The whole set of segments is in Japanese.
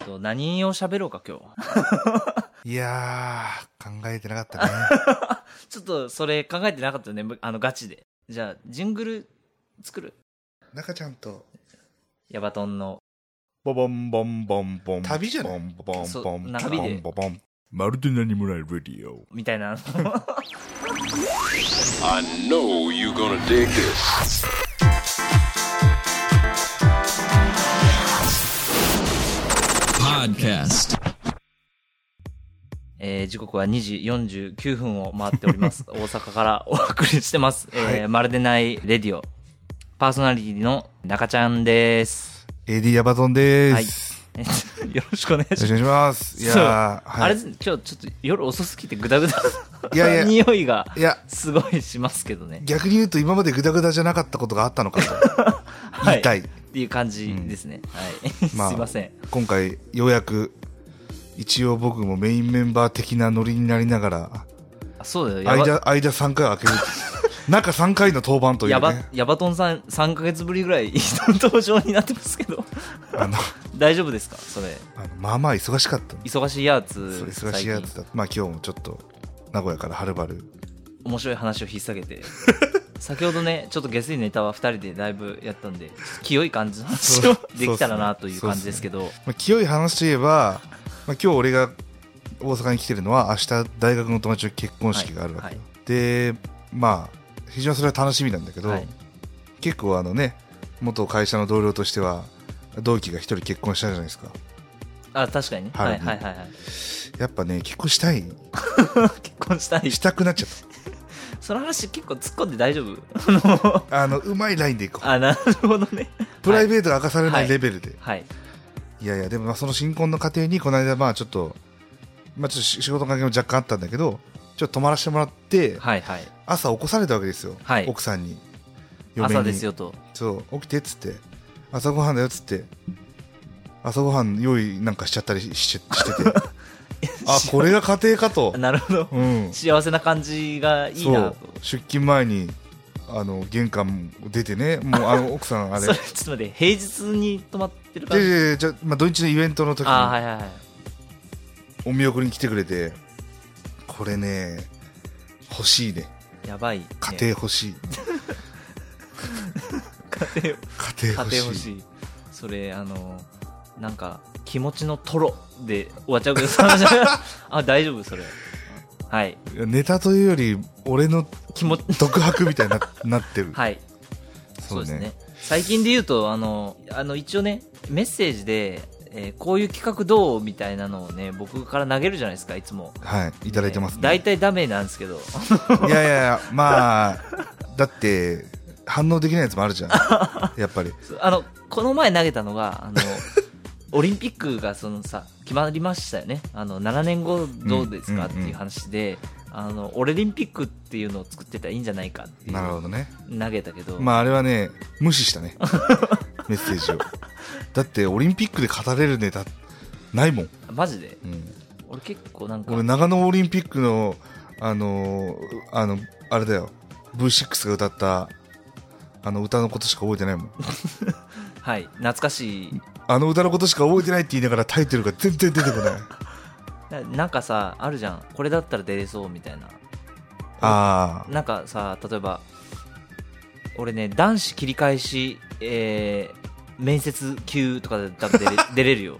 何を喋ろうか今日。 いやー、考えてなかったね。 ちょっとそれ考えてなかったよね、ガチで。じゃあジングル作る。 中ちゃんとヤバトンのボボンボンボンボン旅じゃない？ ボンボン旅でボボンまるで何もないラディオみたいな。 I know you're gonna dig this. Podcast. 時刻は2時49分を回っております。大阪からお送りしてます。まるでないレディオ。パーソナリティの中ちゃんです。 AD ヤバトンです。 はい。よろしくお願いします。 よろしくお願いします。いやー、はい、 あれ、今日ちょっと夜遅すぎてグダグダいやいや匂いがすごいしますけどね。 逆に言うと今までグダグダじゃなかったことがあったのかと言いたい、 っていう感じですね。はい。すいません。 今回ようやく一応僕もメインメンバー的なノリになりながら、 そうだよ。 間3回開ける。中3回の登板というね。 ヤバトンさん3ヶ月ぶりぐらい登場になってますけど大丈夫ですかそれ。 まあまあ忙しかった。 忙しいやつ。 忙しいやつだ。まあ今日もちょっと名古屋からはるばる面白い話を引っ提げて先ほどねちょっと下水ネタは2人でだいぶやったんで清い感じの話をできたらなという感じですけど、 まあ、清い話といえば、まあ、今日俺が大阪に来てるのは明日大学の友達の結婚式があるわけ、はいはい、でまあ非常にそれは楽しみなんだけど、はい、結構元会社の同僚としては同期が一人結婚したじゃないですか。 あ、確かにね。はいはいはいはい。 やっぱね結婚したい結婚したいしたくなっちゃったその話結構突っ込んで大丈夫うまいラインでいこう。 あ、なるほどね。 プライベートが明かされないレベルで、 はい、はい、 いやいやでもまあその新婚の家庭にこの間まあちょっと仕事の関係も若干あったんだけどちょっと泊まらせてもらって、はいはい、朝起こされたわけですよ、はい、奥さんに嫁に朝ですよと。 そう起きてっつって朝ごはんだよっつって朝ごはん用意なんかしちゃったりしててあこれが家庭かと。 なるほど、うん、幸せな感じがいいなと。 出勤前に玄関出てねもう奥さんあれそれちょっと待って平日に泊まってる感じ。 じゃまあ、土日のイベントの時に、 はいはいはい、 お見送りに来てくれてこれね欲しいね。 やばい、ね、 家庭欲しい家庭欲しい。 それなんか気持ちのトロで終わっちゃうけどあ大丈夫それ。はい。 ネタというより俺の独白みたいに なってるはい。そうですね。最近で言うと一応ねメッセージでこういう企画どうみたいなのをね僕から投げるじゃないですかいつも。 はいいただいてますね。 大体ダメなんですけどいやいやまあだって反応できないやつもあるじゃんやっぱりこの前投げたのがオリンピックが決まりましたよね。7年後どうですかっていう話で、オレリンピックっていうのを作ってたらいいんじゃないかっていう。 なるほどね。 投げたけどまああれはね無視したねメッセージを。だってオリンピックで語れるネタないもんマジで、うん、俺結構なんか俺長野オリンピックのあれだよ V6 が歌った歌のことしか覚えてないもんはい懐かしい歌のことしか覚えてないって言いながらタイトルが全然出てこないなんかさあるじゃんこれだったら出れそうみたいな。 あなんかさ例えば俺ね男子切り返し、面接級とかで多分出れるよ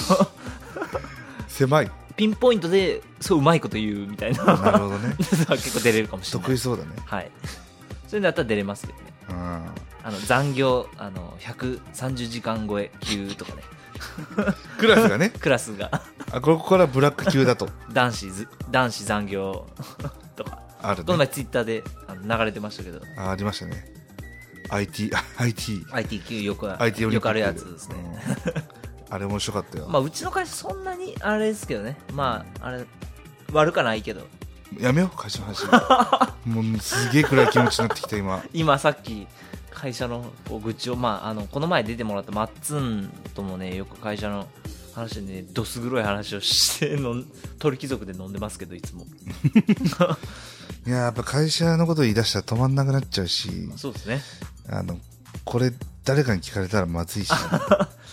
狭いピンポイントでそううまいこと言うみたいな。 なるほどね結構出れるかもしれない。 得意そうだね。 はいそれだったら出れますけどね。残業130時間超え級とかねクラスがねクラスがここからブラック級だと男子残業とかあるね。 この前ツイッターで流れてましたけど。 ありましたね。 IT 級よくあるやつですね、 あれ面白かったよ。 まあうちの会社そんなにあれですけどね。まああれ悪かないけどやめよう会社の話もうすげえ暗い気持ちになってきた今さっき会社の愚痴を、この前出てもらったマッツンともねよく会社の話でねどす黒い話をして鳥貴族で飲んでますけどいつもいややっぱ会社のこと言い出したら止まんなくなっちゃうし。 そうですね。 これ誰かに聞かれたらまずいし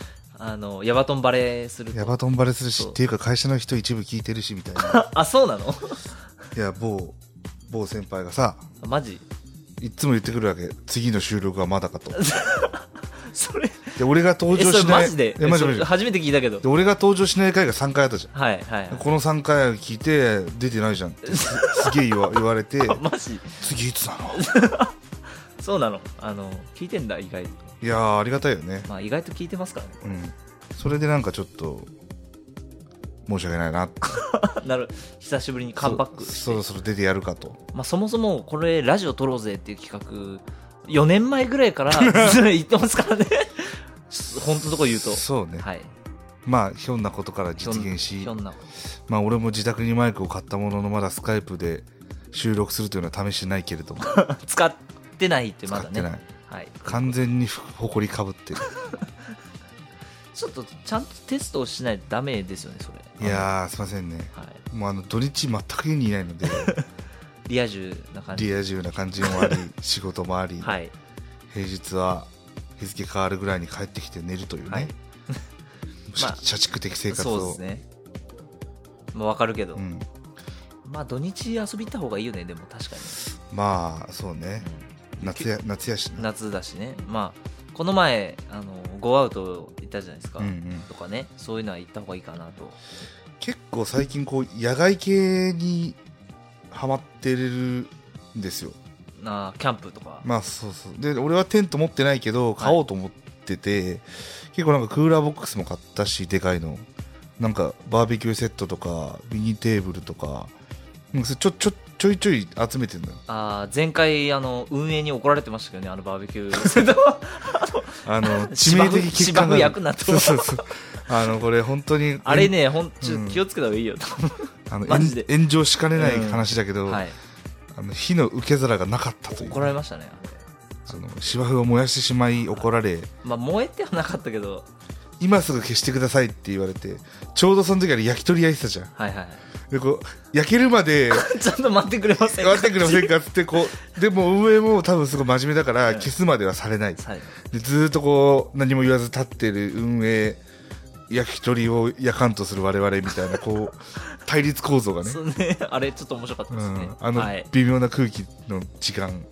ヤバトンバレすると。 ヤバトンバレするしそうっていうか会社の人一部聞いてるしみたいなあ、そうなのいや某先輩がさマジいつも言ってくるわけ、次の収録はまだかとそれ、 で俺が登場それしないマジでいやマジマジ初めて聞いたけど。 で俺が登場しない回が3回あったじゃん、 はいはいはい。 この3回聞いて出てないじゃんってすげえ言われてマジ次いつなのそうなの。聞いてんだ、意外と。 いやーありがたいよね、 まあ意外と聞いてますからね。 うん、それでなんかちょっと申し訳ないなってなる、久しぶりにカムバックして。 そろそろ出てやるかと。 まあそもそもこれラジオ撮ろうぜっていう企画、4年前ぐらいから言ってますからね。本当のとこ言うと。 そうね、 はい。 まあひょんなことから実現しひょんな。 まあ俺も自宅にマイクを買ったもののまだスカイプで収録するというのは試してないけれども使ってないってまだね。 使ってない、 はい。 完全にほこりかぶってるちょっとちゃんとテストをしないとダメですよね、それ。 いやーすいませんね、 はい。 もう土日全く家にいないのでリア充な感じ。 リア充な感じもあり仕事もあり、 はい。 平日は日付変わるぐらいに帰ってきて寝るというね、 はいまあ社畜的生活をそうですね。まあわかるけど、 うん、 まあ土日遊び行った方がいいよね、でも確かに。 まあそうね、 うん夏やしね、 夏だしね。まあこの前ゴーアウト行ったじゃないですか、 うんうんとかね、そういうのは行った方がいいかなと。 結構最近こう野外系にハマってるんですよ。 キャンプとか。 まあそうそうで俺はテント持ってないけど買おうと思ってて、結構なんかクーラーボックスも買ったしでかいの、なんかバーベキューセットとかミニテーブルとかそれちょいちょい集めてるのよ。 前回運営に怒られてましたけどね、バーベキューセット致命的欠陥が芝生焼くなと。 そうそうそうこれ本当にあれね、ちょっと気をつけた方がいいよと。マジで炎上しかねない話だけど、 はい、 火の受け皿がなかったという、 怒られましたね。 芝生を燃やしてしまい怒られ、 まあ燃えてはなかったけど、 今すぐ消してくださいって言われて、ちょうどその時あれ焼き鳥焼いてたじゃん。 はいはいでこう焼けるまでちゃんと待ってくれませんか待ってくれませんかっつってこう、でも運営も多分すごい真面目だから消すまではされない、 はい、 でずーっとこう何も言わず立ってる運営、焼き鳥を焼かんとする我々みたいなこう対立構造がね、 そうね、あれちょっと面白かったですね、はい、 微妙な空気の時間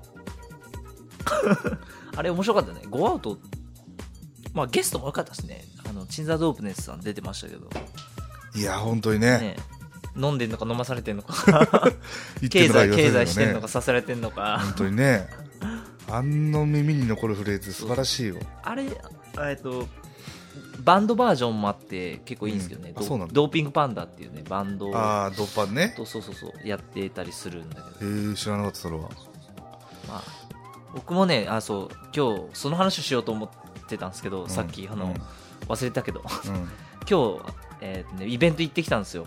あれ面白かったね。ゴーアウト、まあゲストも良かったしね、チンザドープネスさん出てましたけど、 いや本当にねね、飲んでんのか飲まされてんのか経済してんのかさせられてんのか、 本当にね耳に残るフレーズ素晴らしいよ。 あれバンドバージョンもあって結構いいんですけどね、 ドーピングパンダっていうねバンドをドーパンね、 そうやってたりするんだけど、 知らなかったそれは。 まあ僕もね、今日その話をしようと思ってたんですけど、さっき忘れたけど今日、イベント行ってきたんですよ。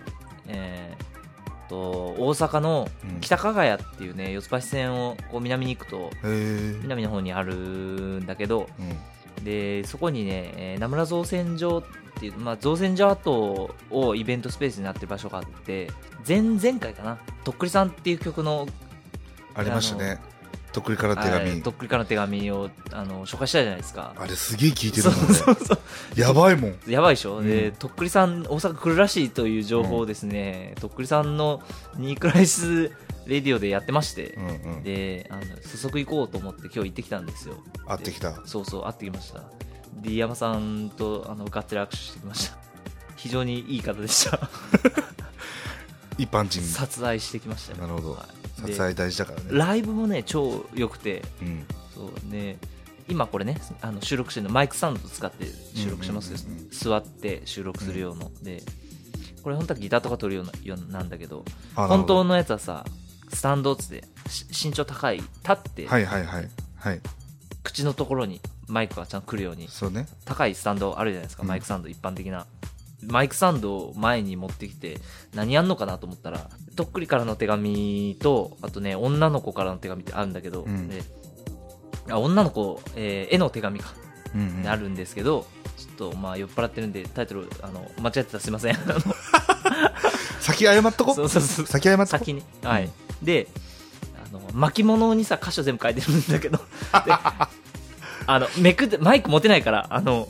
大阪の北加賀屋っていうね、四ツ橋線をこう南に行くと南の方にあるんだけど、でそこにね、名村造船所っていう、造船所跡をイベントスペースになってる場所があって、前々回かな、とっくりさんっていう曲のありましたね、とっくりから手紙、 とっくりから手紙を紹介したじゃないですか。 あれすげえ聞いてるもんね。やばいもん。 やばいでしょ、でとっくりさん大阪来るらしいという情報をですね、とっくりさんのニークライスレディオでやってまして、で早速行こうと思って今日行ってきたんですよ。 会ってきた。 そう会ってきました。D 山さんとがっつり握手してきました。非常にいい方でした一般人殺愛してきましたよ。 なるほど、殺愛大事だからね。 ライブもね超良くて、そうね、今これね収録してるのマイクスタンド使って収録してますけど、座って収録するような、でこれ本当はギターとか撮るようなんだけど、本当のやつはさスタンドっつって身長高い立って、口のところにマイクがちゃんと来るように、 そうね、 高いスタンドあるじゃないですか、マイクスタンド、一般的なマイクスタンドを前に持ってきて何やんのかなと思ったら、とっくりからの手紙と、あとね女の子からの手紙ってあるんだけど、で女の子、絵の手紙か、あるんですけど、ちょっと酔っ払ってるんでタイトル間違ってたらすいません先謝っとこ。先謝っとこ。 先に、はい、で巻物にさ歌詞を全部書いてるんだけどめくってマイク持てないから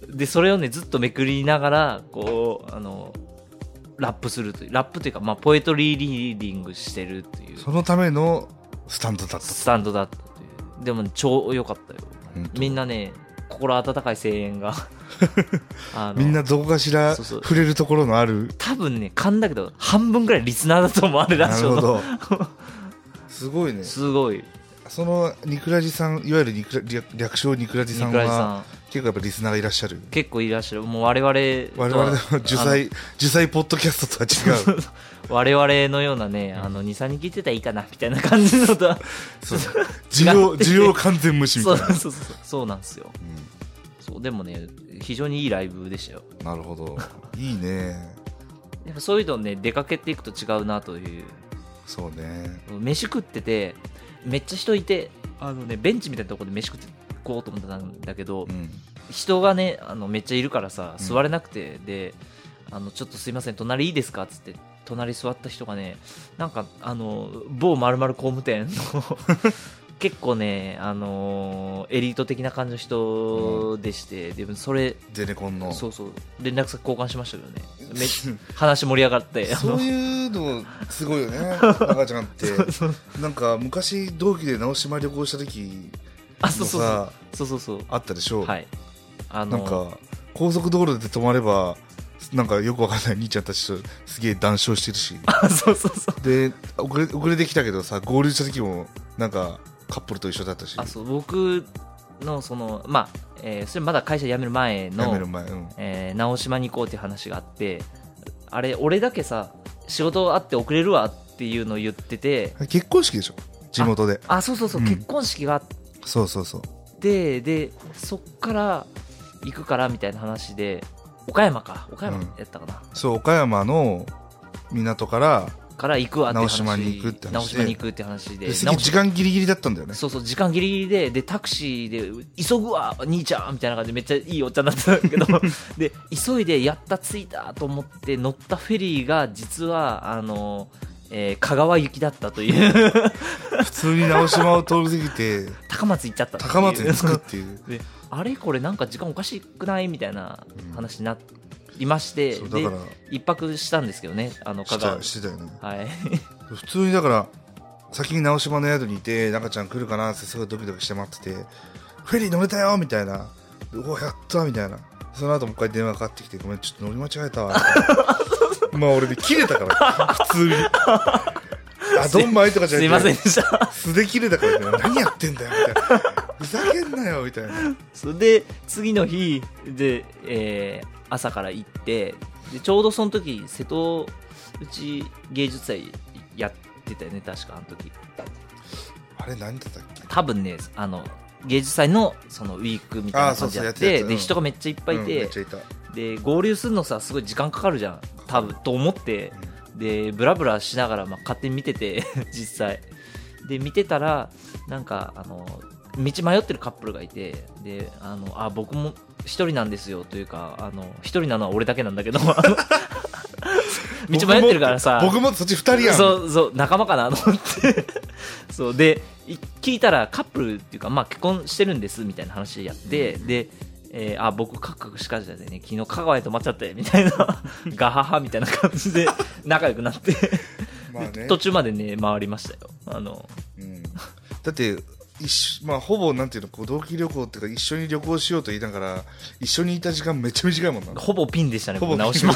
でそれをねずっとめくりながらこうラップするというラップというか、まあ、ポエトリーリーディングしてるっていうそのためのスタンドだったスタンドだったという。でも、ね、超良かったよ。みんなね心温かい声援がみんなどこかしら触れるところのある。 多分ね勘だけど半分ぐらいリスナーだと思われるらしい。 なるほどすごいね。 すごい。 そのニクラジさん、いわゆる略称ニクラジさんは結構やっぱリスナーがいらっしゃる。 結構いらっしゃる。もう我々 の受催ポッドキャストとは違う我々のようなね2、3人聞いてたらいいかなみたいな感じのとは需要完全無視みたいな。 そうなんですよ、そうでもね非常にいいライブでしたよ。 なるほど、いいね。 やっぱそういうのね出かけていくと違うなという。 そうね。 飯食っててめっちゃ人いてベンチみたいなところで飯食ってこうと思ったんだけど、人がねめっちゃいるからさ座れなくて、でちょっとすいません隣いいですかっつって隣座った人がねなんか某〇〇工務店の結構ねエリート的な感じの人でして、でもそれゼネコンのそう連絡先交換しましたけどね話盛り上がってそういうのすごいよね中ちゃんってなんか昔同期で直島旅行した時そうあったでしょ。 はい。 なんか高速道路で止まればなんかよくわかんない兄ちゃんたちとすげえ談笑してるしで遅れてきたけどさ合流した時もなんかカップルと一緒だったし。 僕のそれまだ会社辞める前の直島に行こうっていう話があって、あれ俺だけさ仕事あって遅れるわっていうのを言ってて、 結婚式でしょ地元で。 そう、結婚式があって、 そうでそっから行くからみたいな話で岡山やったかな、 そう岡山の港から行くわって話、 直島に行くって話で時間ギリギリだったんだよね。 そう時間ギリギリでタクシーで急ぐわ兄ちゃんみたいな感じでめっちゃいいおっちゃんだったんだけどで急いでやった着いたと思って乗ったフェリーが実は香川行きだったという普通に直島を通り過ぎて高松行っちゃったっていう。 高松に着くっていうであれこれなんか時間おかしくないみたいな話になりまして、で一泊したんですけどね香川してたよね、 はい、 普通にだから先に直島の宿にいて中ちゃん来るかなってすごいドキドキして待っててフェリー乗れたよみたいな、うわやったみたいな。その後もう一回電話かかってきてごめんちょっと乗り間違えたわまあ俺で切れたから普通にドンマイとかじゃなくてすいませんでした素で切れたから、ね、何やってんだよみたいなふざけんなよみたいな。 それで次の日で、朝から行ってでちょうどその時瀬戸内芸術祭やってたよね確かあの時。 あれ何だったっけ。 多分ね芸術祭のそのウィークみたいな感じやってで人がめっちゃいっぱいいて、で合流するのさすごい時間かかるじゃん多分と思って、でブラブラしながら勝手に見てて実際で見てたらなんか道迷ってるカップルがいて、で僕も一人なんですよというか一人なのは俺だけなんだけど道迷ってるからさ僕もそっち二人やん。 そう仲間かなと思ってそうで聞いたらカップルっていうか結婚してるんですみたいな話やって、で僕カクカクしかじでね昨日香川へ泊まっちゃってみたいなガハハみたいな感じで仲良くなって途中までね回りましたよだってほぼなんていうの同期旅行っていうか一緒に旅行しようと言いながら一緒にいた時間めっちゃ短いもんな。 ほぼピンでしたね直島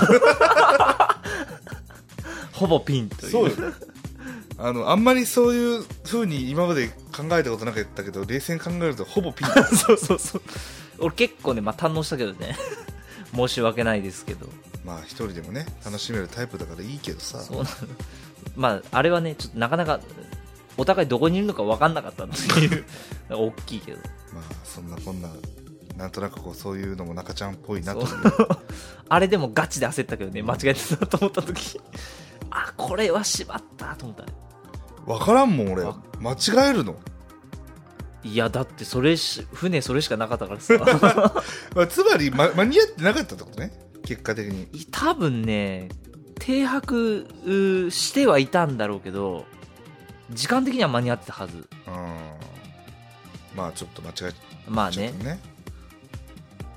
ほぼピンという。 そうよねあんまりそういう風に今まで考えたことなかったけど冷静に考えるとほぼピンそう俺結構ね堪能したけどね申し訳ないですけど一人でもね楽しめるタイプだからいいけどさ。 そうなのあれはねちょっとなかなかお互いどこにいるのか分かんなかったっていう大きいけどそんなこんななんとなくそういうのも中ちゃんっぽいなとあれでもガチで焦ったけどね間違えてたと思った時これはしまったと思ったね。 分からんもん俺間違えるの。 いやだって船それしかなかったからさつまり、間に合ってなかったってことね結果的に。 多分ね停泊してはいたんだろうけど時間的には間に合ってたはず。 ちょっと間違えちゃったね。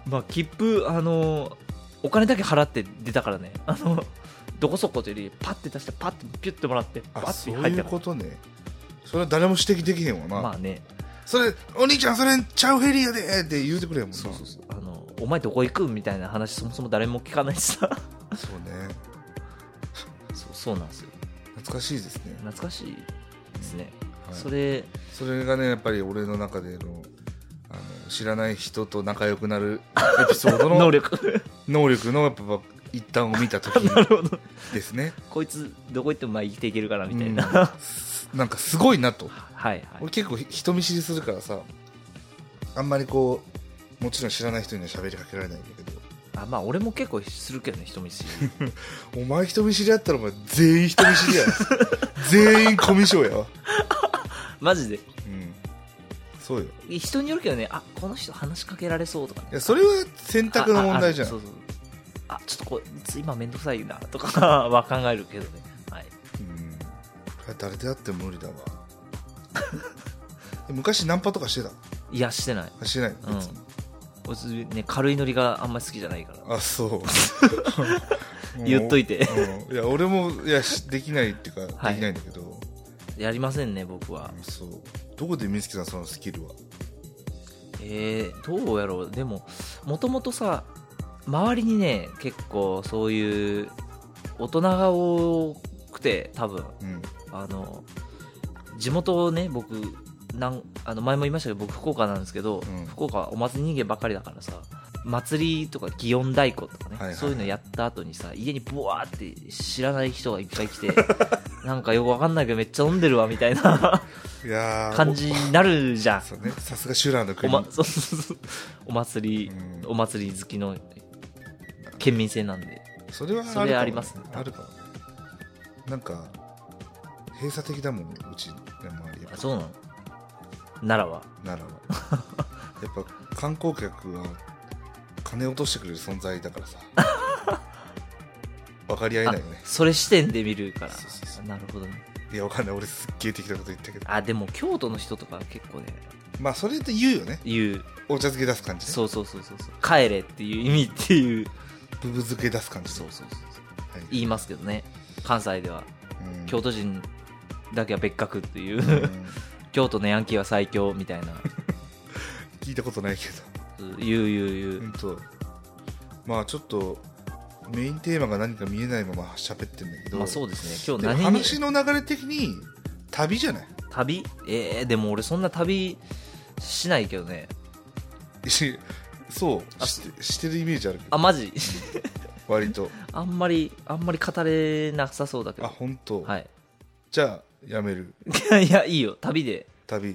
まあ切符お金だけ払って出たからね、どこそことよりパッて出してパッてピュッてもらってパッてそう入ったいうことね。それは誰も指摘できへんわな。 まあね、 それお兄ちゃんそれちゃうフェリーやでって言うてくれよもんな。 そうそうそう、お前どこ行くみたいな話そもそも誰も聞かないしさそうね。 そうなんですよ。 懐かしいですね。 懐かしいですね、 はい、 それがねやっぱり俺の中での知らない人と仲良くなるエピソードの能力のやっぱ一端を見た時なるほどですね。 こいつどこ行ってもまあ生きていけるからみたいな、 なんかすごいなと。 はいはい。 俺結構人見知りするからさ、あんまりこうもちろん知らない人には喋りかけられないんだけど、 まあ俺も結構するけどね、人見知りお前人見知りやったらお前全員人見知りや全員コミュ障やわマジで。 そうよ。 人によるけどね、この人話しかけられそうとかね。 いやそれは選択の問題じゃん。 そうそう、ちょっとこいつ今めんどくさいなとかは考えるけどね。はい。 これ誰であっても無理だわ昔ナンパとかしてた？ いやしてない。 してない。 別にね、軽いノリがあんまり好きじゃないから。 そう言っといていや俺もできないっていうか、できないんだけど、 やりませんね僕は。 そう。どこで見つけたそのスキルは？ どうやろう。でももともとさ、周りにね結構そういう大人が多くて、多分、地元をね、僕前も言いましたけど僕福岡なんですけど、福岡はお祭り人間ばっかりだからさ、祭りとか祇園太鼓とかね、そういうのやった後にさ、家にブワーって知らない人がいっぱい来てなんかよくわかんないけどめっちゃ飲んでるわみたいないや感じになるじゃん。 そうね、さすが修羅の国。 お祭り好きの県民性なんで、 それはありますね。 あるかも。なんか閉鎖的だもん、うちの周り。 そうなの？奈良はやっぱ観光客は金落としてくれる存在だからさ分かり合えないよね。 それ視点で見るから。なるほどね。 いや分かんない、俺すっげえ的なこと言ったけど。 でも京都の人とか結構ね、 まあそれって言うよね。お茶漬け出す感じね。 そう帰れっていう意味っていうブブ漬け出す感じ。 そう、言いますけどね、関西では。京都人だけは別格っていう京都のヤンキーは最強みたいな聞いたことないけど言う。 本当。まあちょっとメインテーマが何か見えないまま喋ってるんだけど、 そうですね。今日話の流れ的に旅じゃない？ 旅？でも俺そんな旅しないけどね。 そうしてるイメージあるけど。 マジ割とあんまり語れなさそうだけど。 本当。 はい。 じゃあやめる。 いやいいよ、旅で。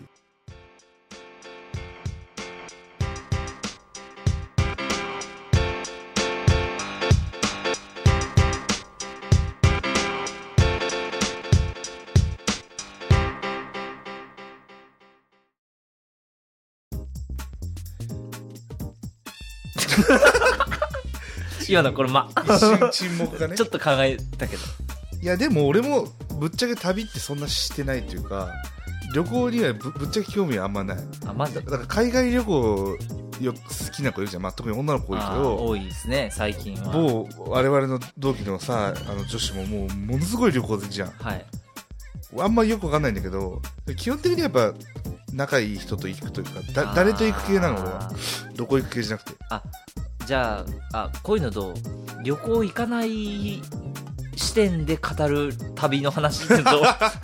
今のこれ一瞬沈黙がねちょっと考えたけど。 いやでも俺もぶっちゃけ旅ってそんなしてないというか、旅行にはぶっちゃけ興味はあんまない。だから海外旅行好きな子いるじゃん、特に女の子多いけど。 多いですね最近は。 我々の同期のさ、女子ももうものすごい旅行好きじゃん。あんまりよくわかんないんだけど、基本的にやっぱ仲いい人と行くというか、誰と行く系なの俺は。どこ行く系じゃなくて。 じゃあこういうのと旅行行かない視点で語る旅の話ってどう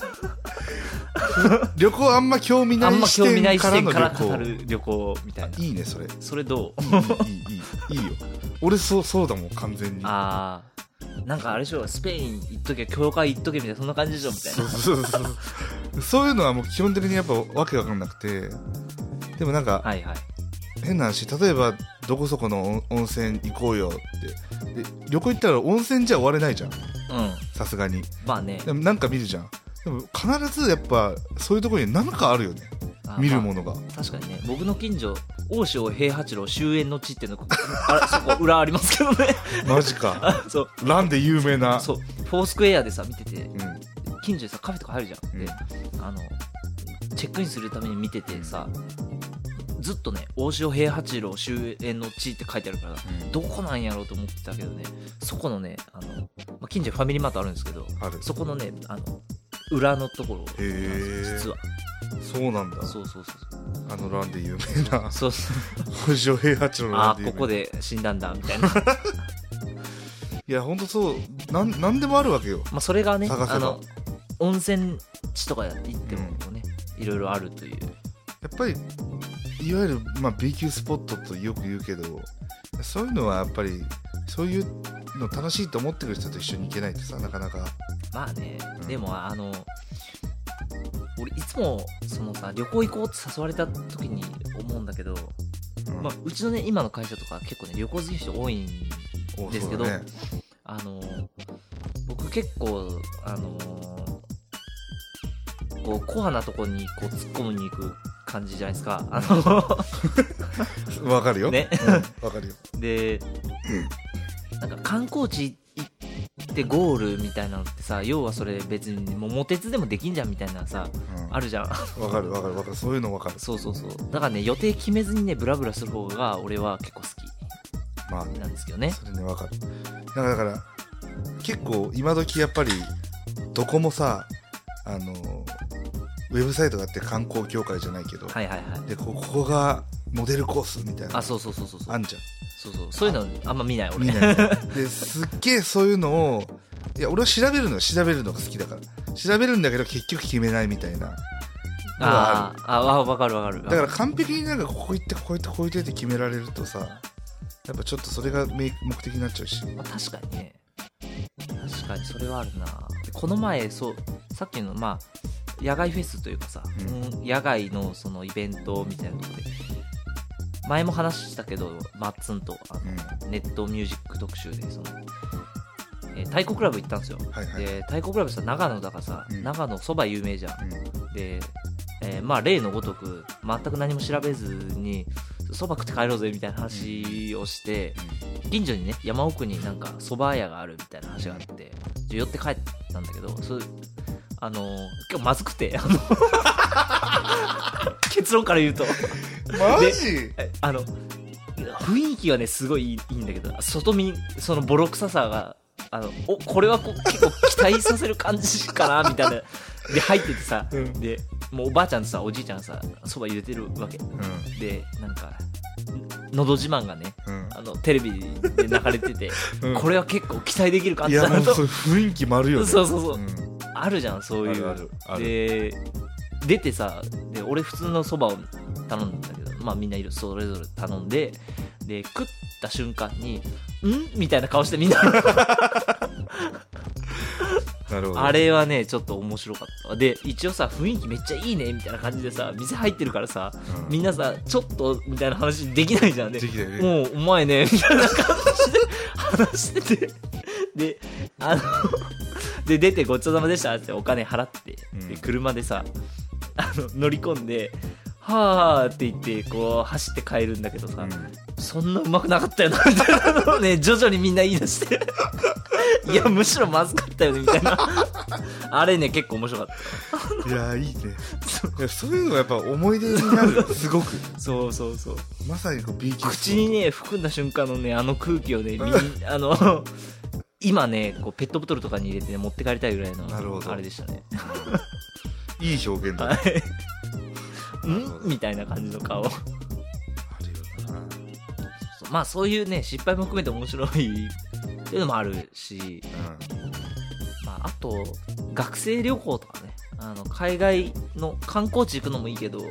旅行あんま興味ない視点から語る旅行みたいな。 いいねそれどう？いいよ。俺そうだもん完全に。 なんかあれでしょ、スペイン行っとけ、教会行っとけみたいな、そんな感じでしょみたいな。 そういうのはもう基本的にやっぱわけわかんなくて、でもなんか、変な話、例えばどこそこの温泉行こうよってで旅行行ったら温泉じゃ終われないじゃん。さすがに。でもなんか見るじゃん。でも必ずやっぱそういうところに何かあるよね、見るものが。 確かにね、僕の近所大塩平八郎終焉の地っていうのそこ裏ありますけどね。 マジか。ランで有名な。 フォースクエアでさ見てて、近所でさカフェとか入るじゃん。でチェックインするために見ててさ、 ずっとね大塩平八郎終焉の地って書いてあるから、どこなんやろうと思ってたけどね、そこのね近所にファミリーマートあるんですけど、そこのね裏のところなんですよ実は。 そうなんだ。 そうランで有名なそう大塩平八郎のランで有名な、 ここで死んだんだみたいな。 いやほんとそう、なんでもあるわけよ。 それがね温泉地とか行ってもね、いろいろあるという。 やっぱりいわゆるB 級スポットとよく言うけど、そういうのはやっぱりそういうの楽しいと思ってくる人と一緒に行けないってさ、なかなか。 でも俺いつもそのさ旅行行こうって誘われた時に思うんだけど、うちのね今の会社とか結構ね旅行好きな人多いんですけど、ね、僕結構こうコアなとこにこう突っ込みに行く感じじゃないですか。 わかるよ。 ね、 わかるよ。 で、なんか観光地行ってゴールみたいなのってさ、要はそれ別にもうモテツでもできんじゃんみたいなさ、あるじゃん。 わかる、そういうのわかる。 そうだからね、予定決めずにねブラブラする方が俺は結構好きなんですけどね。 それねわかる。だから結構今時やっぱりどこもさ、ウェブサイトがあって観光協会じゃないけど、でここがモデルコースみたいな、 そうあんじゃん。 そういうのあんま見ない俺。 ですっげえそういうのを、いや俺は調べるのが好きだから調べるんだけど結局決めないみたいなのがある。 わかる。 だから完璧になんかここ行ってこうやってって決められるとさ、やっぱちょっとそれが目的になっちゃうし、 確かにね、確かにそれはあるな。この前さっきの野外フェスというかさ、野外のそのイベントみたいなところで前も話したけど、マッツンとネットミュージック特集で太鼓クラブ行ったんですよ。で太鼓クラブさ長野だからさ、長野そば有名じゃん。で、例のごとく全く何も調べずにそば食って帰ろうぜみたいな話をして、近所にね山奥になんかそば屋があるみたいな話があって、寄って帰ったんだけど、結構まずくて結論から言うとマジ雰囲気はねすごいいいんだけど、外見そのボロ臭さがこれは結構期待させる感じかなみたいなで入っててさ、でもうおばあちゃんとさおじいちゃんさそば茹でてるわけ、でなんかのど自慢がね、テレビで流れてて、これは結構期待できる感じだなと。 いやもうそういう雰囲気もあるよね。 そう、あるじゃんそういう。 あるで出てさ、で俺普通のそばを頼んだんだけど、みんなそれぞれ頼んで、で食った瞬間にみたいな顔してみんななるほど。 あれはねちょっと面白かった。で一応さ雰囲気めっちゃいいねみたいな感じでさ店入ってるからさ、みんなさちょっとみたいな話できないじゃん。でもうお前ねみたいな感じで話してて、でで出てごちそうさまでしたってお金払って、で車でさ乗り込んではーって言ってこう走って帰るんだけどさ、そんなうまくなかったよなみたいなのをね徐々にみんな言い出していやむしろまずかったよねみたいなあれね結構面白かった。 いやいいね。いやそういうのがやっぱ思い出になるすごく。 そうまさにB 級口にね含んだ瞬間のね空気をね今ねこうペットボトルとかに入れて、ね、持って帰りたいぐらいのあれでしたね。 いい表現だ、 ねみたいな感じの顔。あるよな。そういうね失敗も含めて面白いっていうのもあるし、あと学生旅行とかね、海外の観光地行くのもいいけど、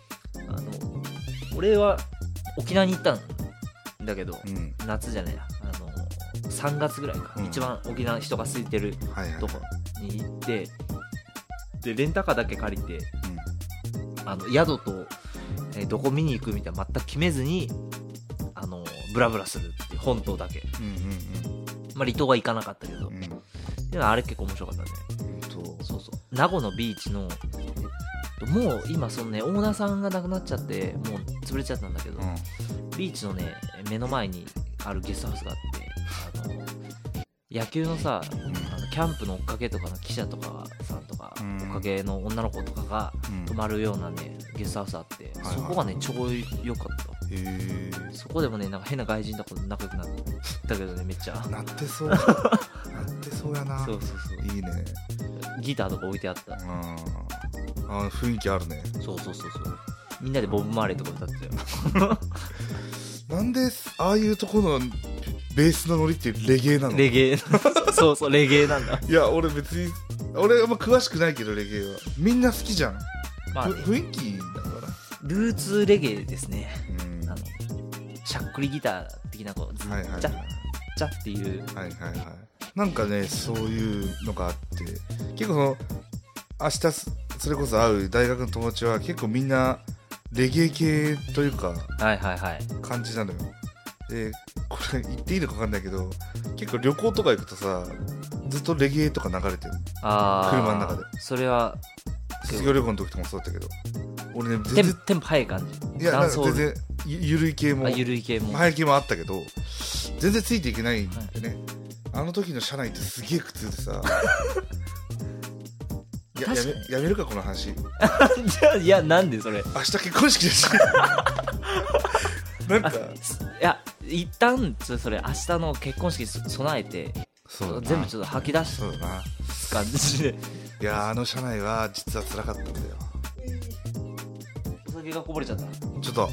俺は沖縄に行ったんだけど、夏じゃないや3月ぐらいか、一番沖縄人が空いてるとこに行って、でレンタカーだけ借りて、宿と、どこ見に行くみたいな全く決めずにブラブラするっていう本島だけ、離島は行かなかったけど、でもあれ結構面白かったね。そう名護のビーチの、もう今そのねオーナーさんが亡くなっちゃってもう潰れちゃったんだけど、ビーチのね目の前にあるゲストハウスがあって、野球のさ、キャンプの追っかけとかの記者とかさんとか、追っかけの女の子とかが泊まるようなねゲストハウスあって、 はいはい、 そこがね超良かった。そこでもねなんか変な外人とかと仲良くなったけどね、めっちゃなってそうなってそうやな。 そうそうそう、 いいね。 ギターとか置いてあった。 雰囲気あるね。 そうそうそうそう、みんなでボブ・マーレーとか歌ってたよなんでああいうところのベースのノリってレゲエなの？ レゲエそうそう、レゲエなんだ。 いや俺別に俺あんま詳しくないけど、レゲエはみんな好きじゃん、 まあね、 雰囲気だから。 ルーツレゲエですね。しゃっくりギター的なこうズッチャッチャっていう、 はいはいはい、なんかねそういうのがあって、結構その明日それこそ会う大学の友達は結構みんなレゲエ系というかはいはいはい感じなのよ。でこれ言っていいのか分かんないけど、結構旅行とか行くとさずっとレゲエとか流れてる、車の中で。 それは卒業旅行の時とかもそうだったけど、俺ね全然テンポ早い感じ。 いやなんか全然ゆるい系も早い系もあったけど全然ついていけないんでね、はい、あの時の車内ってすげえ苦痛でさやめるかこの話いやなんでそれ明日結婚式だしなんかいや一旦それ明日の結婚式に備えて全部ちょっと吐き出す感じで。 いやあの車内は実は辛かったんだよ。 お酒がこぼれちゃった。 ちょっと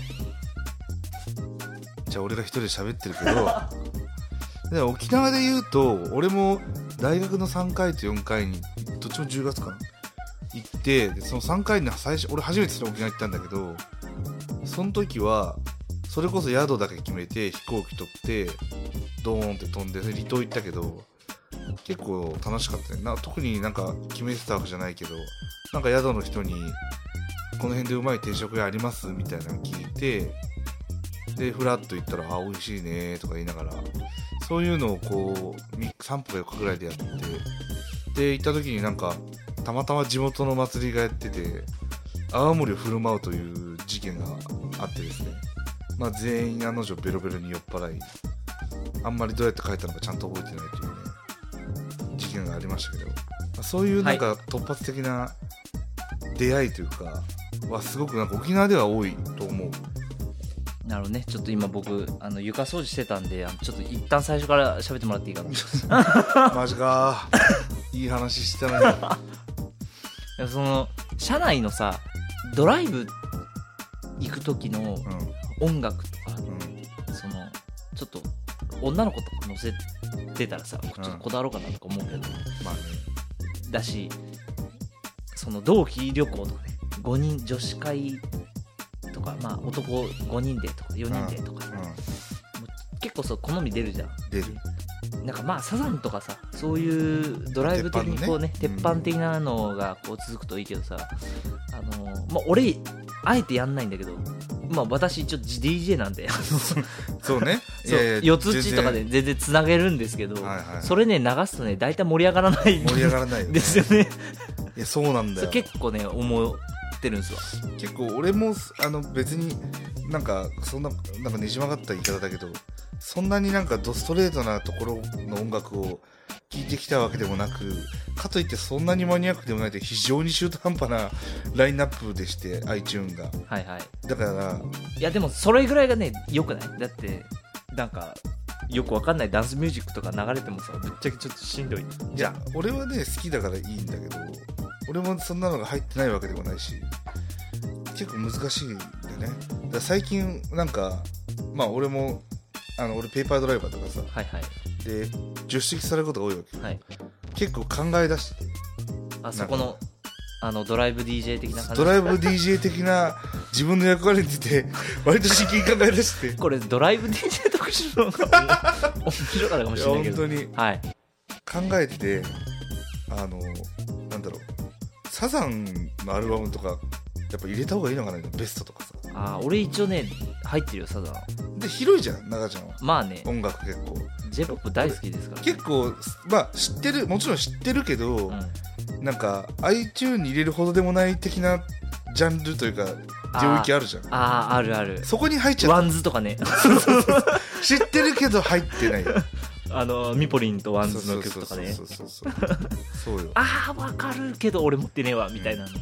じゃあ俺が一人で喋ってるけどで沖縄で言うと俺も大学の3回と4回にどっちも10月かな行って、でその3回に最初俺初めて沖縄行ったんだけど、その時はそれこそ宿だけ決めて飛行機取ってドーンって飛んで離島行ったけど結構楽しかったね。特になんか決めてたわけじゃないけど、なんか宿の人にこの辺でうまい定食屋ありますみたいなの聞いて、でフラッと行ったら美味しいねとか言いながら、そういうのをこう3泊4日ぐらいでやって、で行った時になんかたまたま地元の祭りがやってて泡盛を振る舞うという事件があってですね、まあ全員案の定ベロベロに酔っ払い、あんまりどうやって帰ったのかちゃんと覚えてないというね事件がありましたけど、そういうなんか突発的な出会いというかはすごくなんか沖縄では多いと思う。 なるほどね。ちょっと今僕床掃除してたんでちょっと一旦最初から喋ってもらっていいかなマジかいい話してたのにその車内のさドライブ行く時の音楽とか、そのちょっと女の子とか乗せてたらさちょっとこだわろうかなとか思うけど、 まあね、だしその同期旅行とかね、5人女子会とか、まあ男5人でとか4人でとか、結構そう好み出るじゃん。 出る。 なんかまあサザンとかさ、そういうドライブ的にこうね鉄板的なのがこう続くといいけどさ、まあ俺あえてやんないんだけど、まあ私一応 DJ なんでそうね、 そう四つ打ちとかで全然つなげるんですけど、それね流すとね大体盛り上がらないんですよね。 いやそうなんだよ。 結構ね思ってるんですわ。 結構俺も別になんかそんななんかねじ曲がった言い方だけど、そんなになんかドストレートなところの音楽を聴いてきたわけでもなく、かといってそんなにマニアックでもないという非常に中途半端なラインナップでして iTunes が、 はいはい、 だからいやでもそれぐらいがね良くない？だってなんかよくわかんないダンスミュージックとか流れてもさぶっちゃけちょっとしんどい。 いや俺はね好きだからいいんだけど、俺もそんなのが入ってないわけでもないし結構難しいんだよね。だから最近なんかまあ俺も俺ペーパードライバーとかさ、 はいはい、 で助手席されることが多いわけ、はい、結構考え出してて、 そこのドライブ DJ 的な感じ、 ドライブ DJ 的な自分の役割について割と真剣に考え出してこれドライブ DJ 特集の面白かったかもしれないけど、 本当に、 はい、 考えててなんだろう、サザンのアルバムとかやっぱ入れた方がいいのかな、ベストとかさ。 俺一応ね入ってるよサザンで。広いじゃん中ちゃんは。 まあね、 音楽結構 J-POP 大好きですから、ね、 結構まあ知ってる、もちろん知ってるけど、なんか iTunes に入れるほどでもない的なジャンルというか領域あるじゃん。 あるある。 そこに入っちゃった。 ワンズとかね知ってるけど入ってないミポリンとワンズの曲とかね。 そうよ。 わかるけど俺持ってねえわみたいなの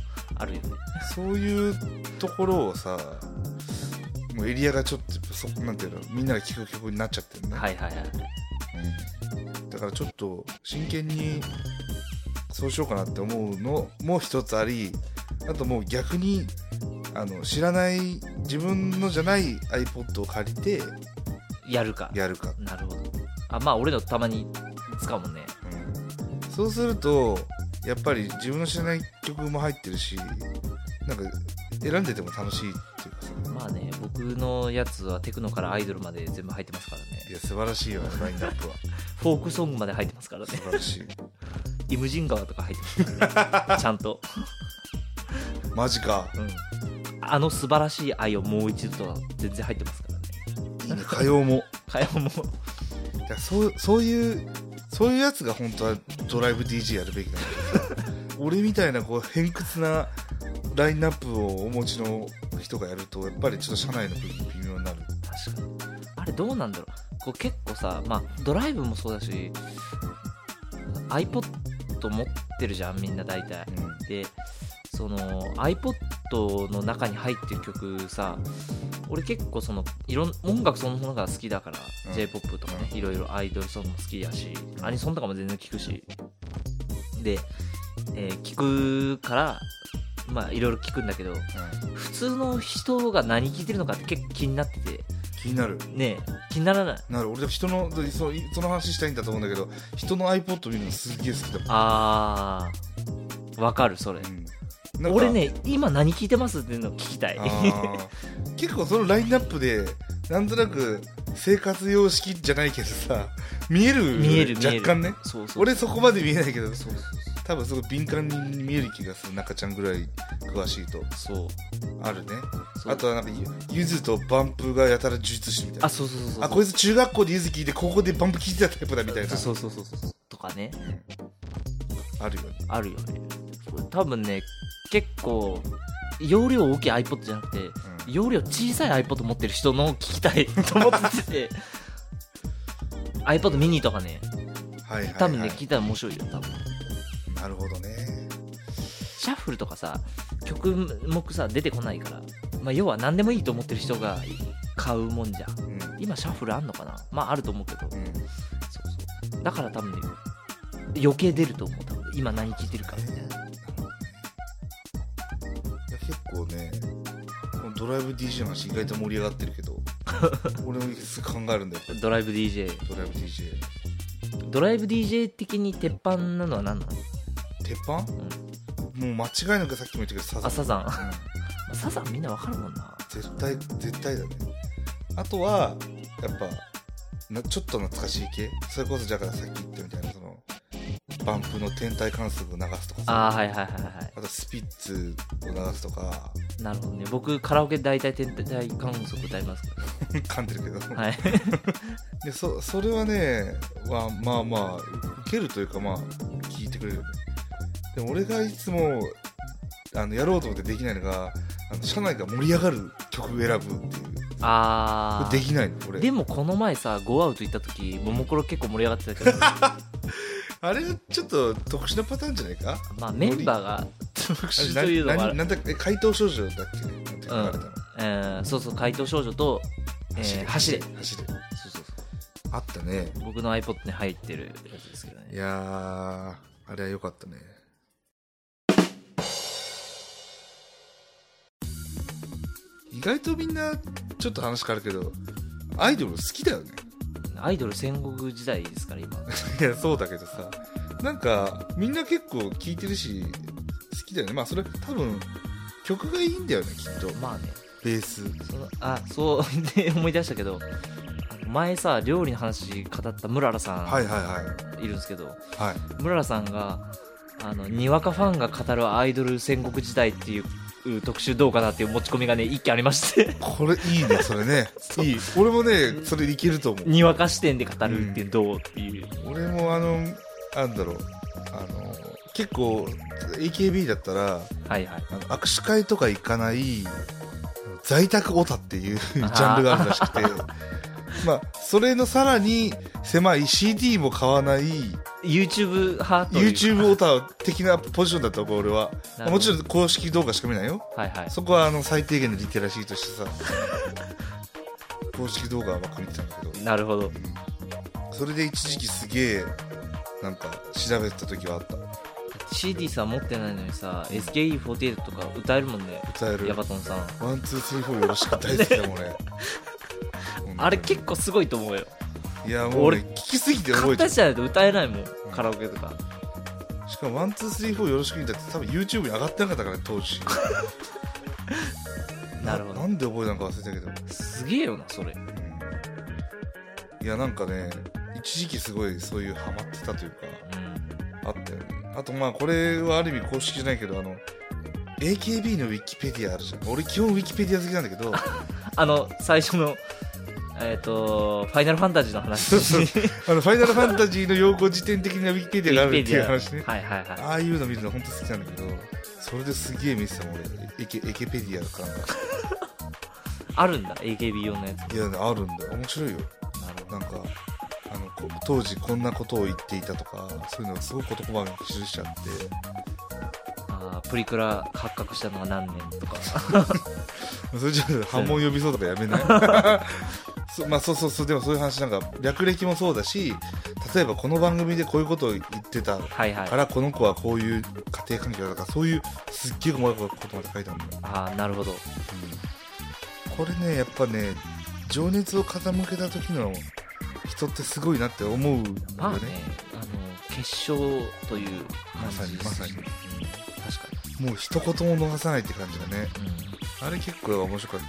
あるよね。 そういうところをさ、もうエリアがちょっとなんていうの、みんなが聴く曲になっちゃってるね。 はいはいはい。 だからちょっと真剣にそうしようかなって思うのも一つあり、あともう逆に知らない自分のじゃない iPod を借りてやるか。 やるか。 なるほど。あ、まあ俺のたまに使うもんね。 そうするとやっぱり自分の知らない曲も入ってるし、なんか選んでても楽しいっていうかさ。 まあね、僕のやつはテクノからアイドルまで全部入ってますからね。 いや素晴らしいよラインナップは。 フォークソングまで入ってますからね。 素晴らしい。 イムジン川とか入ってますからね。ちゃんと。 マジか。 あの素晴らしい愛をもう一度とは全然入ってますからね。 いいね、歌謡も。 歌謡も。 いやそういうやつが本当はドライブ DJ やるべきなんだけどさ、俺みたいなこう偏屈なラインナップをお持ちの人がやるとやっぱりちょっと車内の空気微妙になる。 確かに。あれどうなんだろう。こう結構さ、まあドライブもそうだし、iPod 持ってるじゃんみんな大体。で、その iPod の中に入ってる曲さ、俺結構その音楽そのものが好きだから、J-POP とかね、いろいろアイドルソングも好きやし、アニソンとかも全然聞くし、で、聞くからまあいろいろ聞くんだけど、普通の人が何聞いてるのかって結構気になってて。 気になるね。え気にならない？ なる。俺人のその話したいんだと思うんだけど、人の iPod 見るのすげえ好きだもん。 あー、わかるそれ。俺ね、今何聞いてますっていうのを聞きたい。 結構そのラインナップでなんとなく生活様式じゃないけどさ、見える若干ね。 そうそう。 俺そこまで見えないけど、多分すごい敏感に見える気がする。中ちゃんぐらい詳しいと。 そうあるね。あとはなんかゆずとバンプがやたら充実してみたいな。 あ、そうあ、こいつ中学校でゆず聞いて高校でバンプ聞いてたタイプだみたいな。 そうとかね。 あるよね。 あるよね。多分ね、結構容量大きい iPod じゃなくて、容量小さい iPod 持ってる人の聞きたいと思っててiPod mini とかね、多分ね聞いたら面白いよ多分。 なるほどね。 シャッフルとかさ、曲目さ出てこないから、まあ、要は何でもいいと思ってる人が買うもんじゃん、今シャッフルあんのかな。まああると思うけど、そうだから多分ね余計出ると思う。多分今何聞いてるかみたいな。 結構ね、このドライブ DJ の話意外と盛り上がってるけど俺もすぐ考えるんだよ。 ドライブ DJ ドライブ DJ 的に鉄板なのは何なの？ 鉄板？もう間違いなくさっきも言ったけどサザン。 サザン、サザンみんなわかるもんな。 絶対だね。あとはやっぱちょっと懐かしい系、それこそじゃあさっき言ったみたいなそのバンプの天体観測を流すとかさ、あとスピッツを流すとか。 なるほどね。僕カラオケで大体天体観測歌いますから噛んでるけどはいでそれはね、まあ受けるというか、まあ聞いてくれるよね。でも俺がいつもやろうと思ってできないのが、社内が盛り上がる曲選ぶっていう。できないの俺。でもこの前さゴーアウト行った時ももクロ結構盛り上がってたけどあれちょっと特殊なパターンじゃないか。 まあメンバーが特殊というのはなんだ怪盗少女だっけ、 そう怪盗少女と走れあったね。 僕の iPod に入ってるやつですけどね。 いやーあれは良かったね。意外とみんなちょっと話変わるけどアイドル好きだよね。 アイドル戦国時代ですから今いやそうだけどさ、なんかみんな結構聴いてるし好きだよね。まあそれ多分曲がいいんだよねきっと。 まあね、 ベースそうで思い出したけど、前さ料理の話語ったムララさんいるんですけど、ムララさんがにわかファンが語るアイドル戦国時代っていう特集どうかなっていう持ち込みがね一件ありましてこれいいねそれねいい。俺もねそれいけると思う。にわか視点で語るっていうどうっていう、 俺もなんだろう結構 AKB だったら、握手会とか行かない在宅オタっていうジャンルがあるらしくてまあそれのさらに狭い CD も買わない YouTube 派というか YouTube オタ的なポジションだと思う俺は。 なるほどもちろん公式動画しか見ないよ。 はいはい。 そこは最低限のリテラシーとしてさ公式動画ばっかり見てたんだけど、 なるほど。 それで一時期すげえなんか調べた時はあった。 CD さ持ってないのにさ SKE48 とか歌えるもんね。 歌える。 ヤバトンさんワンツースリーフォーよろしく大好きだもんねあれ結構すごいと思うよ。 いやもう俺俺聞きすぎて覚えちゃ形じゃないと歌えないもん、カラオケとか。 う。しかもワンツースリーフォーよろしくにだって多分 YouTube に上がってなかったからね当時なるほどなんで覚えたのか忘れたけど、 すげえよなそれ。 いやなんかね一時期すごいそういうハマってたというかうんあったよね。あとまあこれはある意味公式じゃないけどAKB のウィキペディアあるじゃん。俺基本ウィキペディア好きなんだけど最初のファイナルファンタジーの話ファイナルファンタジーの用語辞典的なウィキペディアがあるっていう話ね。 はいはいはい。 ああいうの見るの本当好きなんだけど、それですげえ見てたもん俺。エケペディアかなんか。 あるんだ AKB 用のやつ。 いやあるんだよ。面白いよ。 なるほなんか当時こんなことを言っていたとか、そういうのをすごく言葉に記しちゃって。 プリクラ発覚したのは何年とかそれじゃあ波紋呼びそうとかやめないまあそうでもそういう話なんか略歴もそうだし、例えばこの番組でこういうことを言ってたはいはい。 からこの子はこういう家庭環境だとか、そういうすっげえ細かいことまで書いてあるんだよ。 ああなるほど。 これねやっぱね情熱を傾けた時の人ってすごいなって思うよね。 まあね決勝というまさにまさに、 確かもう一言も逃さないって感じだね。 に、うん、 あれ結構面白かった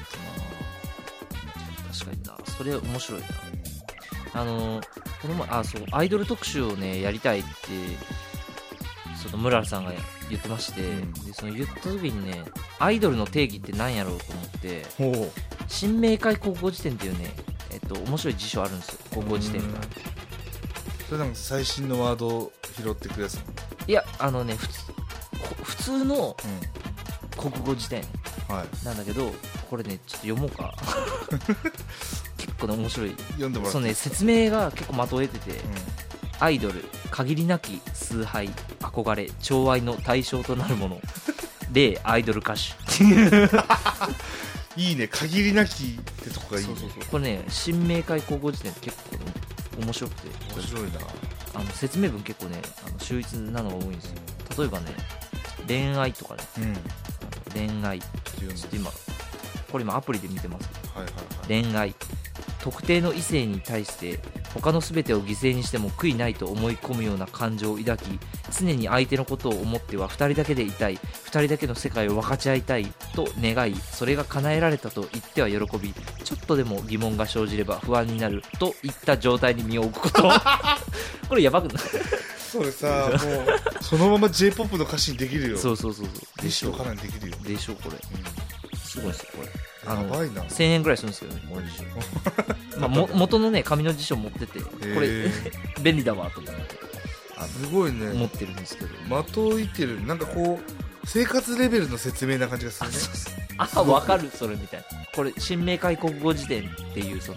確かにな。それ面白いな。 な。 この前そうアイドル特集をねやりたいってその村さんが言ってまして、でその言った時にねアイドルの定義って何やろうと思ってほう新明解高校辞典っていうね面白い辞書あるんですよ、高校辞典が。 それなんか最新のワードを拾ってくるやつなの。 いや普通の国語辞典はいなんだけど、これねちょっと読もうか結構ね面白い。 読んでもらってそうね説明が結構的を得てて、アイドル限りなき崇拝憧れ寵愛の対象となるもの例アイドル歌手っていういいね、限りなきってとこがいいね。 そうこれね新明解高校辞典結構面白くて、 面白いな。 説明文結構ね秀逸なのが多いんですよ。例えばね恋愛とかね、恋愛ちょっと今アプリで見てますけど、 はいはいはい。 恋愛特定の異性に対して他の全てを犠牲にしても悔いないと思い込むような感情を抱き、常に相手のことを思っては2人だけでいたい、2人だけの世界を分かち合いたいと願い、それが叶えられたと言っては喜び、ちょっとでも疑問が生じれば不安になるといった状態に身を置くことこれやばくない？ それさもうそのまま J-POP の歌詞にできるよ。 そうでしょ、かなりできるよ。 でしょこれ、すごいですよこれ。 やばいな。 1000円ぐらいするんですけどね、この辞書まあ元のね紙の辞書持ってて、これ便利だわと思ってすごいね。 持ってるんですけど、 的を射てる、なんかこう生活レベルの説明な感じがするね。 分かるそれみたいな。これ新明解国語辞典っていうその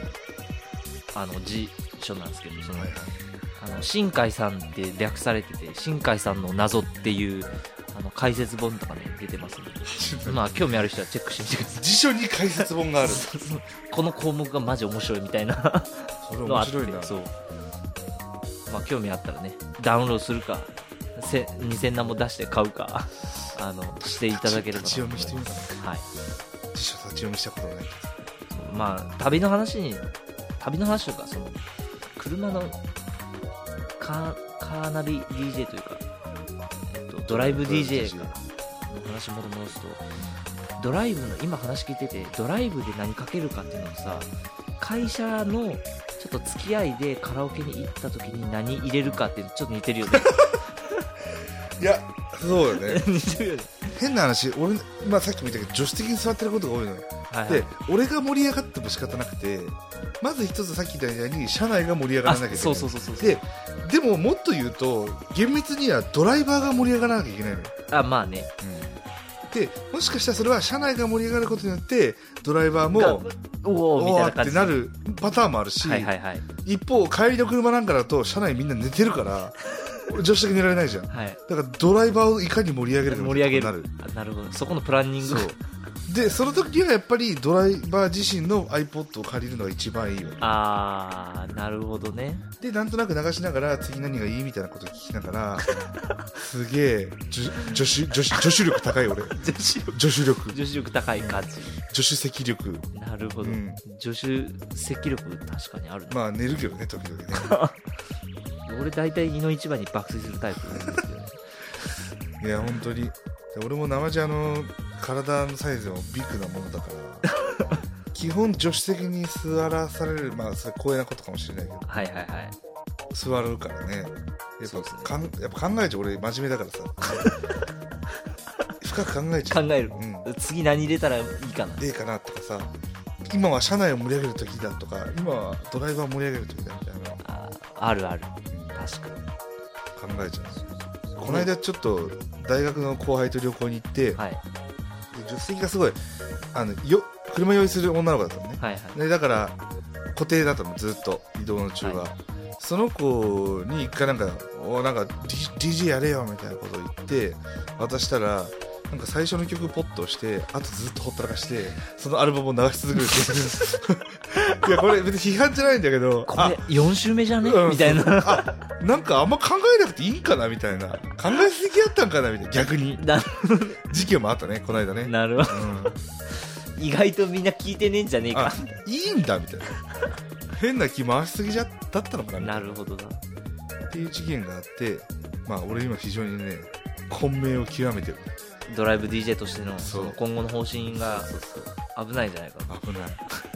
辞書なんですけど、その新海さんって略されてて、新海さんの謎っていう解説本とかね出てますのでまあ興味ある人はチェックしてみてください。 辞書に解説本がある。 この項目がマジ面白いみたいなそれのあって、 面白いな。 そう、まあ興味あったらねダウンロードするか2000何も出して買うかしていただければ立ち読みしてみたの。 はい。 辞書立ち読みしたことないけど。 まあ旅の話とかその車のカーナビ DJ というか、ドライブ DJ の話戻すと、ドライブの今話聞いてて、ドライブで何かけるかっていうのをさ、会社のちょっと付き合いでカラオケに行った時に何入れるかっていうのちょっと似てるよねいやそうよね似てるよね。 変な話、俺、さっきも言ったけど助手席に座ってることが多いのよ。 はいはい、 で俺が盛り上がっても仕方なくて、まず一つさっき言ったように車内が盛り上がらなきゃいけない。 そうでももっと言うと厳密にはドライバーが盛り上がらなきゃいけないのよ。 まあね、 でもしかしたらそれは車内が盛り上がることによってドライバーもおおみたいなって感じなるパターンもあるし、 はいはいはい、 一方帰りの車なんかだと車内みんな寝てるから助手席寝られないじゃん、 はい、 だからドライバーをいかに盛り上げるか盛り上げるなる。 なるほど、そこのプランニングそうでその時はやっぱりドライバー自身の iPod を借りるのが一番いいよね。 あーなるほどね。 でなんとなく流しながら次何がいいみたいなことを聞きながらすげえ助手力高い俺助手力高い感じ、 助手席力。 なるほど、助手席力確かにあるな。 まあ寝るけどね時々ね俺大体胃の一番に爆睡するタイプなんですけどねいや本当に俺も生地体のサイズもビッグなものだから基本助手席に座らされる、まあそれ光栄なことかもしれないけど、 はいはいはい、 座るからね。やっぱ考えちゃう。俺真面目だからさ深く考えちゃう。 考える、次何入れたらいいかな、 いいかなとかさ、今は車内を盛り上げる時だとか、今はドライバーを盛り上げる時だみたいな。 あるある、確かに考えちゃう。この間ちょっと大学の後輩と旅行に行って、はい、助手席がすごい車酔いする女の子だったのね、はいはい、でだから固定だったのずっと移動の中は、はい、その子に一回なんか DJ やれよみたいなことを言って渡したら、なんか最初の曲ポッとしてあとずっとほったらかしてそのアルバムを流し続けるっていういやこれ別に批判じゃないんだけど、 これ4週目じゃね、みたいななんかあんま考えなくていいんかなみたいな、考えすぎやったんかなみたいな、逆に時期もあったねこの間ね。 なるほど、意外とみんな聞いてねえんじゃねえか、 いいんだみたいな変な気回しすぎだったのかなみたいな。 なるほどなっていう事件があって、まあ俺今非常にね混迷を極めてる。 ドライブ DJ としてのその今後の方針が危ないんじゃないか。 危ない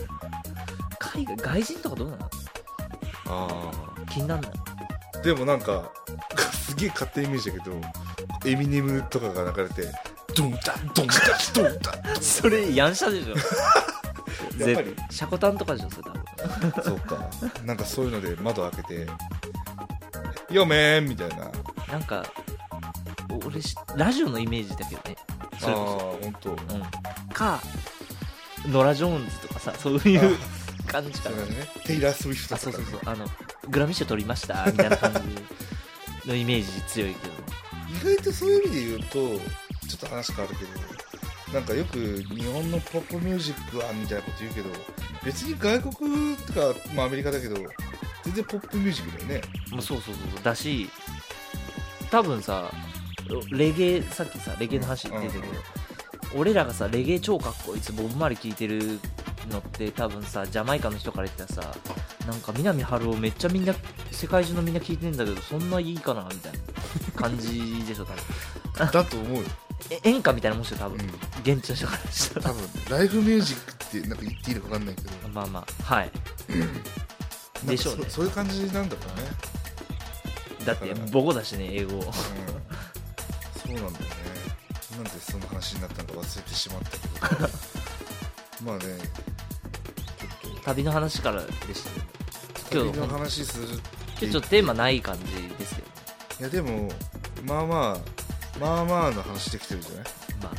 外人とかどうなの？気になんない。 でもなんかすげえ勝手なイメージだけどエミネムとかが流れてドンタンドンタンドンタンそれヤンシャでしょやっぱりシャコタンとかでしょそれ多分そうか、なんかそういうので窓開けてよめーんみたいな、 なんか俺ラジオのイメージだけどね。それこそ本当、 かノラ・ジョーンズとかさ、そういう感じかな、 ね、テイラー・スウィフトとか、 そうグラミー賞取りましたみたいな感じのイメージ強いけど意外とそういう意味で言うとちょっと話変わるけど、なんかよく日本のポップミュージックはみたいなこと言うけど、別に外国とか、まあ、アメリカだけど全然ポップミュージックだよね。 もうそうだし、多分さレゲエ、さっきさレゲエの話出てたけど、俺らがさレゲエ超かっこいいつボブ周り聴いてるのって多分さジャマイカの人から言ったらさ、なんか南春夫めっちゃみんな世界中のみんな聴いてんだけどそんないいかなみたいな感じでしょ多分だと思うよ演歌みたいなもんでしょ多分、現地の人からしたら多分ライブミュージックってなんか言っていいのか分かんないけど、 まあはいでしょうね。 そういう感じなんだろうね。 だって母語だしね英語、 そうなんだよね。なんでその話になったのか忘れてしまったけどまあね、ちょっと旅の話からでしたね。 旅の話するって今日ちょっとテーマない感じですけど、 いやでもまあの話できてるじゃない。 まあ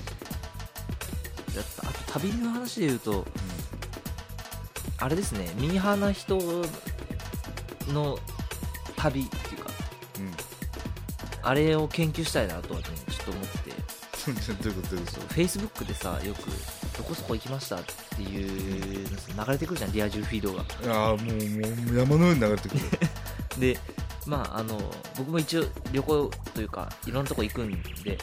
あと旅の話で言うと、あれですね、ミーハーな人の旅っていうか、あれを研究したいなとはねちょっと思っててどういうことですか。 フェイスブックでさよくどこそこ行きましたっていうの流れてくるじゃん、リア充フィードが。 ああもう山のように流れてくるでまあ僕も一応旅行というかいろんなとこ行くんで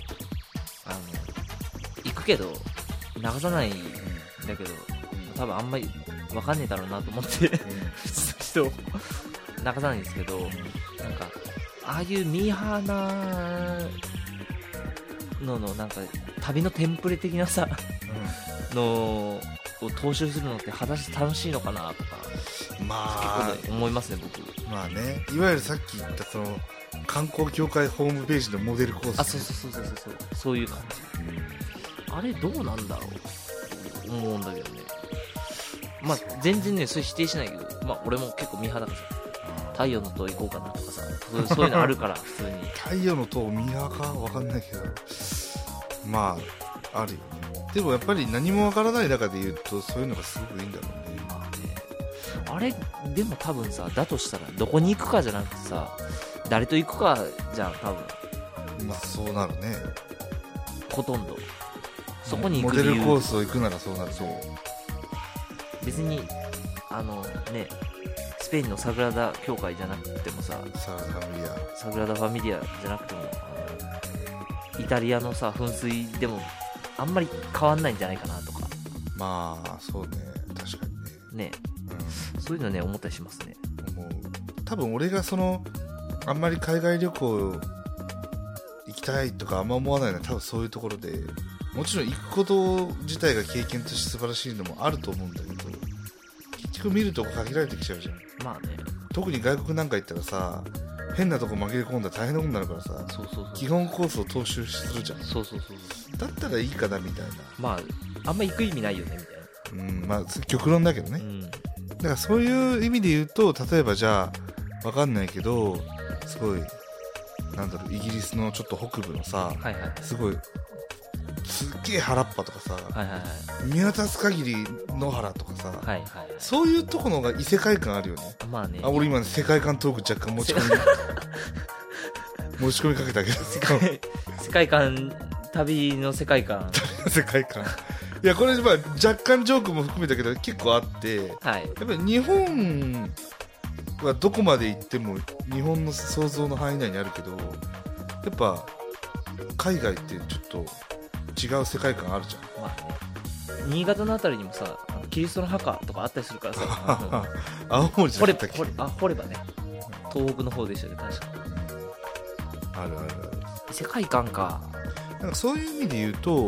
行くけど流さないんだけど、多分あんまり分かんねえだろうなと思って人を流さないんですけど、なんかああいうミーハーなのなんか旅のテンプレ的なさ、のを踏襲するのって果たして楽しいのかなとか、 まあ結構思いますね僕。 まあね、いわゆるさっき言ったその観光協会ホームページのモデルコース、 そういう感じ、あれどうなんだろうと思うんだけどね。まあ全然ねそれ否定しないけど、まあ俺も結構ミーハーだからさ、太陽の塔行こうかなとかさ、そういうのあるから普通に太陽の塔ミーハーか分かんないけど、まああるよね。でもやっぱり何も分からない中で言うとそういうのがすごくいいんだろうね。 まあね、 あれでも多分さ、だとしたらどこに行くかじゃなくてさ、誰と行くかじゃん多分。 まあそうなるね。 ほとんどそこに行モく理由、 デルコースを行くならそうなる。 そう別にね、スペインのサグラダ教会じゃなくてもさ、 サグラダ・ファミリア。 サグラダ・ファミリアじゃなくてもイタリアのさ噴水でもあんまり変わんないんじゃないかなとかまあそうね、確かにね。 ね、そういうのね思ったりしますね。 もう多分俺があんまり海外旅行行きたいとかあんま思わないのは多分そういうところで、もちろん行くこと自体が経験として素晴らしいのもあると思うんだけど、結局見るとこ限られてきちゃうじゃん。 まあね、 特に外国なんか行ったらさ、変なとこ紛れ込んだら大変なことになるからさ、 そうそうそう、 基本コースを踏襲するじゃん。 そうそうそうだったらいいかなみたいな。 まああんま行く意味ないよねみたいな。 まあ極論だけどね。だからそういう意味で言うと、例えばじゃあわかんないけど、すごいなんだろう、イギリスのちょっと北部のさ、 はいはいはい、 すごいすっげえ原っぱとかさ、 はいはいはい、 見渡す限り野原とかさ、 はいはいはい、 そういうとこのが異世界感あるよね。 まあね、 あ、俺今、ね、世界観トーク若干持ち込みかけたけど、 世界観、旅の世界観世界観、いやこれ、まあ、若干ジョークも含めたけど結構あって、 はい、 やっぱり日本はどこまで行っても日本の想像の範囲内にあるけど、やっぱ海外ってちょっと違う世界観あるじゃん。 まあね、新潟のあたりにもさ、キリストの墓とかあったりするからさ青森じゃなかったっけ。 掘ればね、東北の方でしたね、確かあるあるある。 世界観か。 なんかそういう意味で言うと、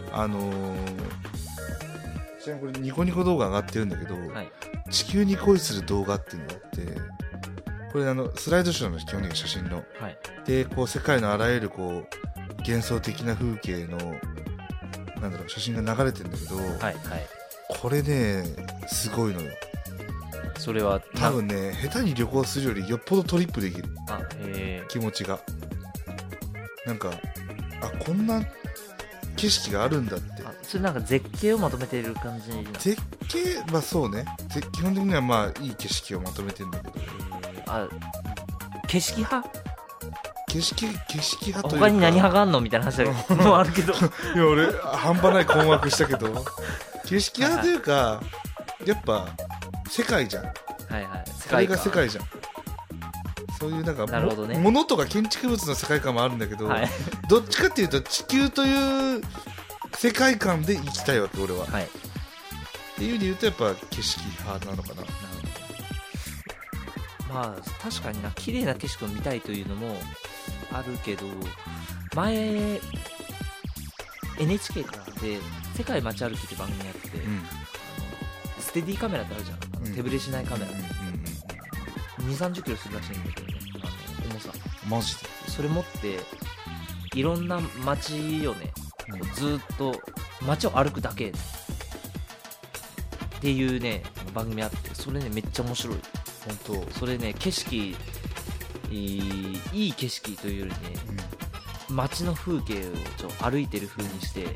ちなみにこれニコニコ動画上がってるんだけど、 はい、 地球に恋する動画っていうのがあって、これスライドショーの基本的な写真の、 はい、 でこう世界のあらゆるこう幻想的な風景のなんだろう写真が流れてるんだけど、 はいはい、 これねすごいのよ。 それは多分ね、下手に旅行するよりよっぽどトリップできる。 あ、へー、 気持ちがなんか、あ、こんな景色があるんだって。 あ、それなんか絶景をまとめている感じな。 絶景、まあそうね、基本的にはまあいい景色をまとめてるんだけど、 あ、景色派景色派というか、 他に何派があんのみたいな話もあるけどいや俺半端ない困惑したけど景色派というか、やっぱ世界じゃん。はいはい、 それが世界じゃん。そういうなんか、 なるほどね、 物とか建築物の世界観もあるんだけど、 はい、 どっちかっていうと地球という世界観で生きたいわけ俺は、はい、っていう意味で言うとやっぱ景色派なのかな。 まあ確かにな、綺麗な景色を見たいというのもあるけど、前 NHK からで世界街歩きって番組やってて、ステディカメラってあるじゃん、手ぶれしないカメラ、2、30キロするらしいんだけどね、重さ。 マジでそれ持っていろんな街をね、ずっと街を歩くだけっていうね番組あって、それねめっちゃ面白い。 本当。 それね、景色いい景色というよりね、街の風景を歩いてる風にして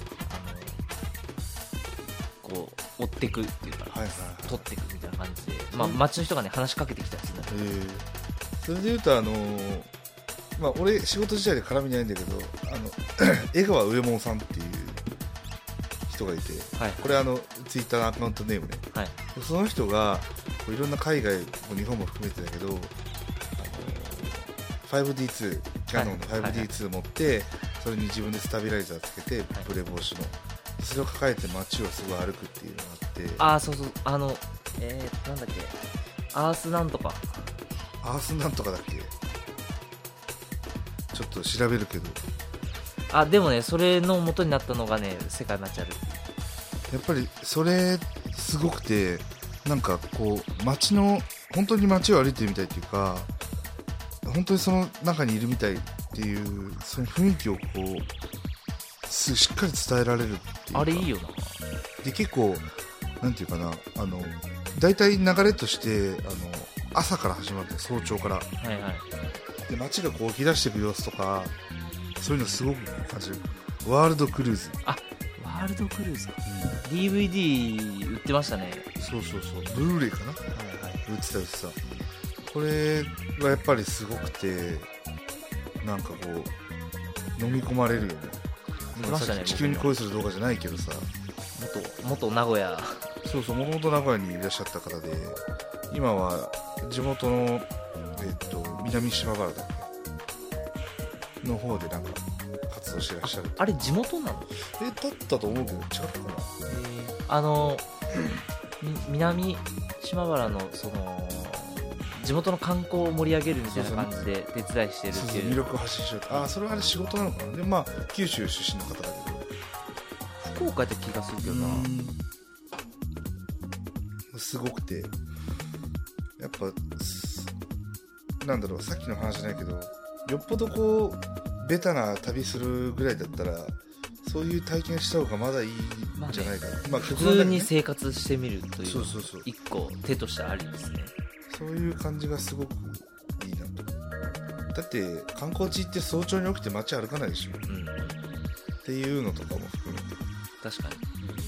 こう追ってくっていうか、 はいはいはい、 撮ってくみたいな感じで、まあ、街の人がね話しかけてきたりするんだ。 それでいうとまあ、俺仕事自体で絡みないんだけど、江川上門さんっていう人がいて、はい、これツイッターのアカウントネームね、はい、その人がいろんな海外も日本も含めてだけど、5D2 キヤノンの 5D2 を持って、はいはい、それに自分でスタビライザーつけて、ブレ防止のそれを抱えて街をすごい歩くっていうのがあって、 あ、そうそう、なんだっけ、アースなんとかだっけ、ちょっと調べるけど、 あ、でもね、それの元になったのがね、世界街歩き。 やっぱりそれすごくて、なんかこう街の本当に街を歩いてみたいっていうか、本当にその中にいるみたいっていう、その雰囲気をこうしっかり伝えられるっていうか、 あれいいよな。 で結構なんていうかな、だいたい流れとして朝から始まって、早朝から、はいはい、で街がこう吹き出していく様子とか、そういうのすごく感じる。ワールドクルーズ。 あ、ワールドクルーズか、 DVD 売ってましたね。 そうそうそう、ブルーレイかな、 はいはい。 売ってた売ってた。これはやっぱりすごくて、なんかこう飲み込まれるよね。 見ましたね。 地球に恋する動画じゃないけどさ、 元名古屋。 そうそう、もともと名古屋にいらっしゃった方で、今は地元の、南島原だっけの方でなんか活動してらっしゃる。 あれ地元なの？ だったと思うけど違ったかな。 南島原のその地元の観光を盛り上げるみたいな感じで手伝いしてるっていう。 そうそう、魅力を発信しようと。それはあれ仕事なのかな。でまあ九州出身の方だけど、 福岡って気がするけどな。 すごくて、やっぱなんだろう、さっきの話じゃないけど、よっぽどこうベタな旅するぐらいだったらそういう体験した方がまだいいんじゃないかな。まあ普通に生活してみるという、 そうそうそう、 一個手としてありですね。 そういう感じがすごくいいなと。だって観光地行って早朝に起きて街歩かないでしょ、っていうのとかも含めて。 確かに。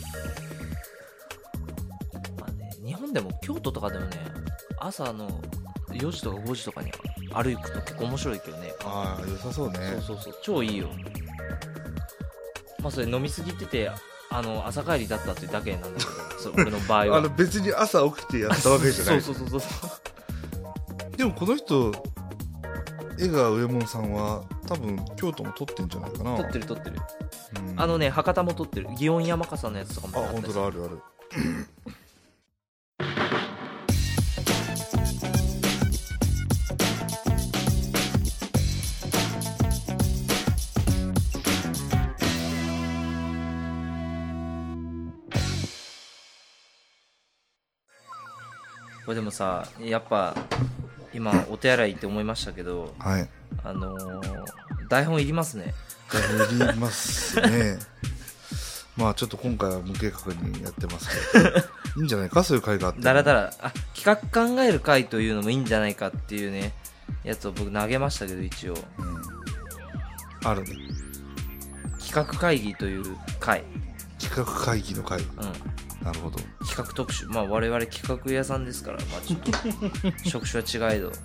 まあね、日本でも京都とかでもね、朝の4時とか5時とかに歩くと結構面白いけどね。 良さそうね。 そう超いいよ。まあそれ飲みすぎてて朝帰りだったっていうだけなんだけど俺の場合は別に朝起きてやったわけじゃない。 そうでもこの人江川上門さんは多分京都も撮ってんじゃないかな。 撮ってる、博多も撮ってる。祇園山笠のやつとかもあったりする。 本当だ、あるある。 これでもさ、やっぱ今お手洗いって思いましたけど、 はい、 台本いりますね。 台本いりますね。まあちょっと今回は無計画にやってますけどいいんじゃないか、そういう回があって。 だらだら企画考える回というのもいいんじゃないかっていうねやつを僕投げましたけど、一応、 あるね、 企画会議という回。 企画会議の回、なるほど。 企画特集、まあ我々企画屋さんですから、まあちょっと職種は違えど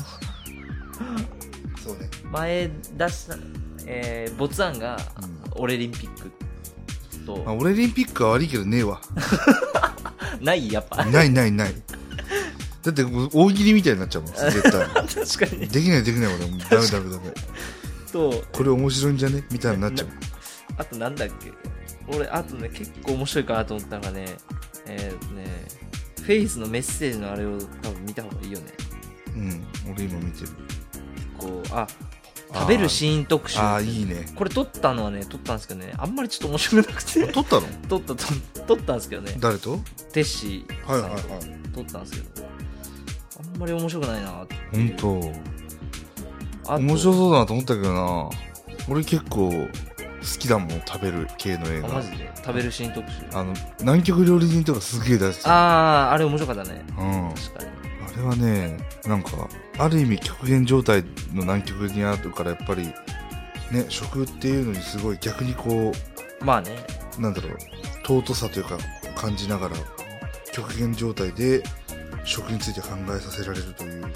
そうね、 前出した没案が俺リンピックと、 俺リンピックは悪いけどねえわないやっぱないだって大喜利みたいになっちゃうもん絶対確かにできない俺もダメとこれ面白いんじゃねみたいになっちゃう。 あとなんだっけ、俺あとね結構面白いかなと思ったのがね、フェイスのメッセージのあれを多分見た方がいいよね。 俺今見てる。 こう食べるシーン特集。 いいね。 これ撮ったんですけどね、あんまりちょっと面白くなくて。 撮ったの？ 撮ったんですけどね。 誰と？ テッシーさんと撮ったんですけど、あんまり面白くないなって。 本当。面白そうだなと思ったけどな。俺結構好きだもん、食べる系の映画。 マジで食べるシーン特集。 南極料理人とかすげえ大好き。 あれ面白かったね。確かに。 あれはね、なんかある意味極限状態の南極にあるから、やっぱりね、食っていうのにすごい逆にこう、 まあね、 なんだろう、尊さというか感じながら極限状態で食について考えさせられるという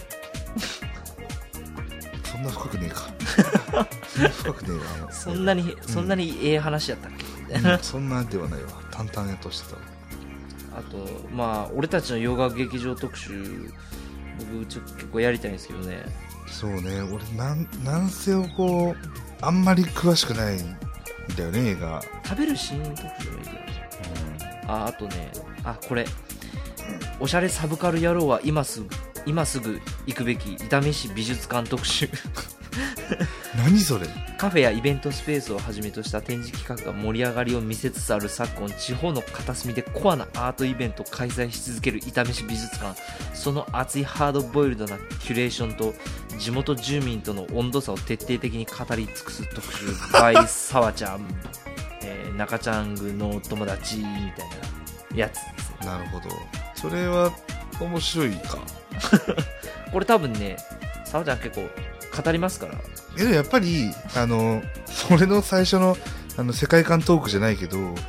そんな深くねえかそんな深くねえわ。 そんなにええ話やったっけ、 そんなではないわ、淡々としてた。 あとまあ俺たちの洋画劇場特集、僕ちょっと結構やりたいんですけどね。 そうね、俺なんせをこうあんまり詳しくないんだよね、映画。 食べるシーン特集もいいけど、あとね、これ、おしゃれサブカル野郎は今すぐ行くべき伊丹市美術館特集何それ。 カフェやイベントスペースをはじめとした展示企画が盛り上がりを見せつつある昨今、地方の片隅でコアなアートイベントを開催し続ける伊丹市美術館。その熱いハードボイルドなキュレーションと地元住民との温度差を徹底的に語り尽くす特集 by 沢ちゃん、中ちゃんぐの友達みたいなやつですね。 なるほど、それは面白いかこれ多分ね、沢ちゃん結構語りますから。 でもやっぱりそれの最初の世界観トークじゃないけど、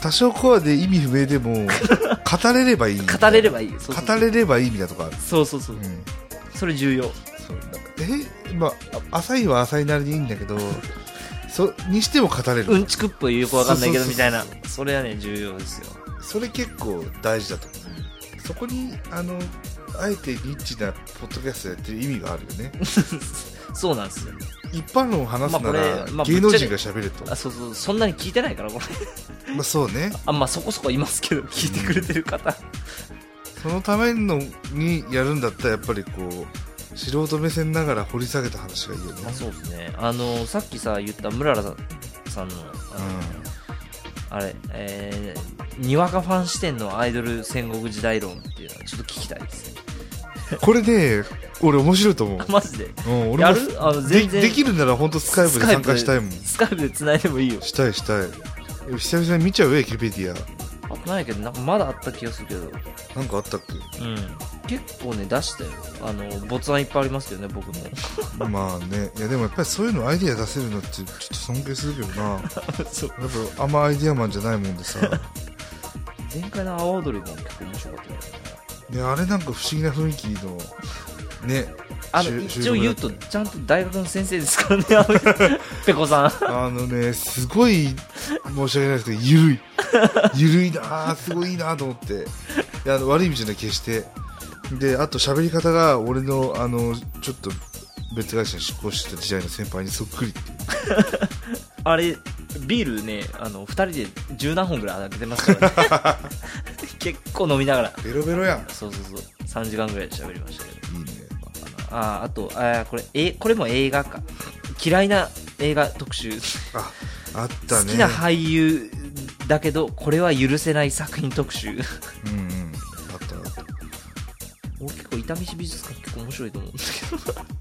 多少コアで意味不明でも語れればいい語れればいい。そうそうそう語れればいいみたいなとこある。 そうそうそう、 うんそれ重要。 そうなんかまあ浅いは浅いなりにいいんだけどにしても語れる、 うんちくっぽいよくわかんないけどそうそうそうそうみたいな、それはね重要ですよ。 それ結構大事だと思う。そこにあえてニッチなポッドキャストやってる意味があるよね。 そうなんですよ。 一般論を話すなまあこら、 れまあ芸能人が喋ると、 あ、そうそう、そんなに聞いてないからこれまあ、そうね。 あ、まあそこそこいますけど聞いてくれてる方、 そのためのにやるんだったらやっぱりこう素人目線ながら掘り下げた話がいいよね。 まあ、そうですね。さっきさ言ったムララさんのあれ、にわかファン視点のアイドル戦国時代論っていうのはちょっと聞きたいですね。 これね、俺面白いと思う。 マジで俺もやる？全然できるなら本当スカイプで参加したいもん。 スカイプで繋いでもいいよ。 したい。久々に見ちゃうよ、ウィキペディア。 あ、ないけどなんかまだあった気がするけど、 なんかあったっ結構ね出したよ。没案いっぱいありますけどね、僕も。 け？まあね、いやでもやっぱりそういうのアイディア出せるのってちょっと尊敬するけどな。 そう、 やっぱあんまアイディアマンじゃないもんでさ。 前回の阿波踊りも結構面白かったよね。 いやあれなんか不思議な雰囲気のね。 一応言うとちゃんと大学の先生ですからね、ペコさん。 すごい申し訳ないですけどゆるいな、すごいいいなと思って。いや悪い意味じゃない、決してで、あと喋り方が俺のちょっと別会社に出向してた時代の先輩にそっくりっていうあれビールね、2人で10何本ぐらい開けてますからね。結構飲みながら。 ベロベロやん。 そう3時間ぐらいで喋りましたけど。 いいね。 あとこれも映画か。嫌いな映画特集。 あったね。 好きな俳優だけどこれは許せない作品特集。 あった俺結構伊丹市美術館結構面白いと思うんだけど。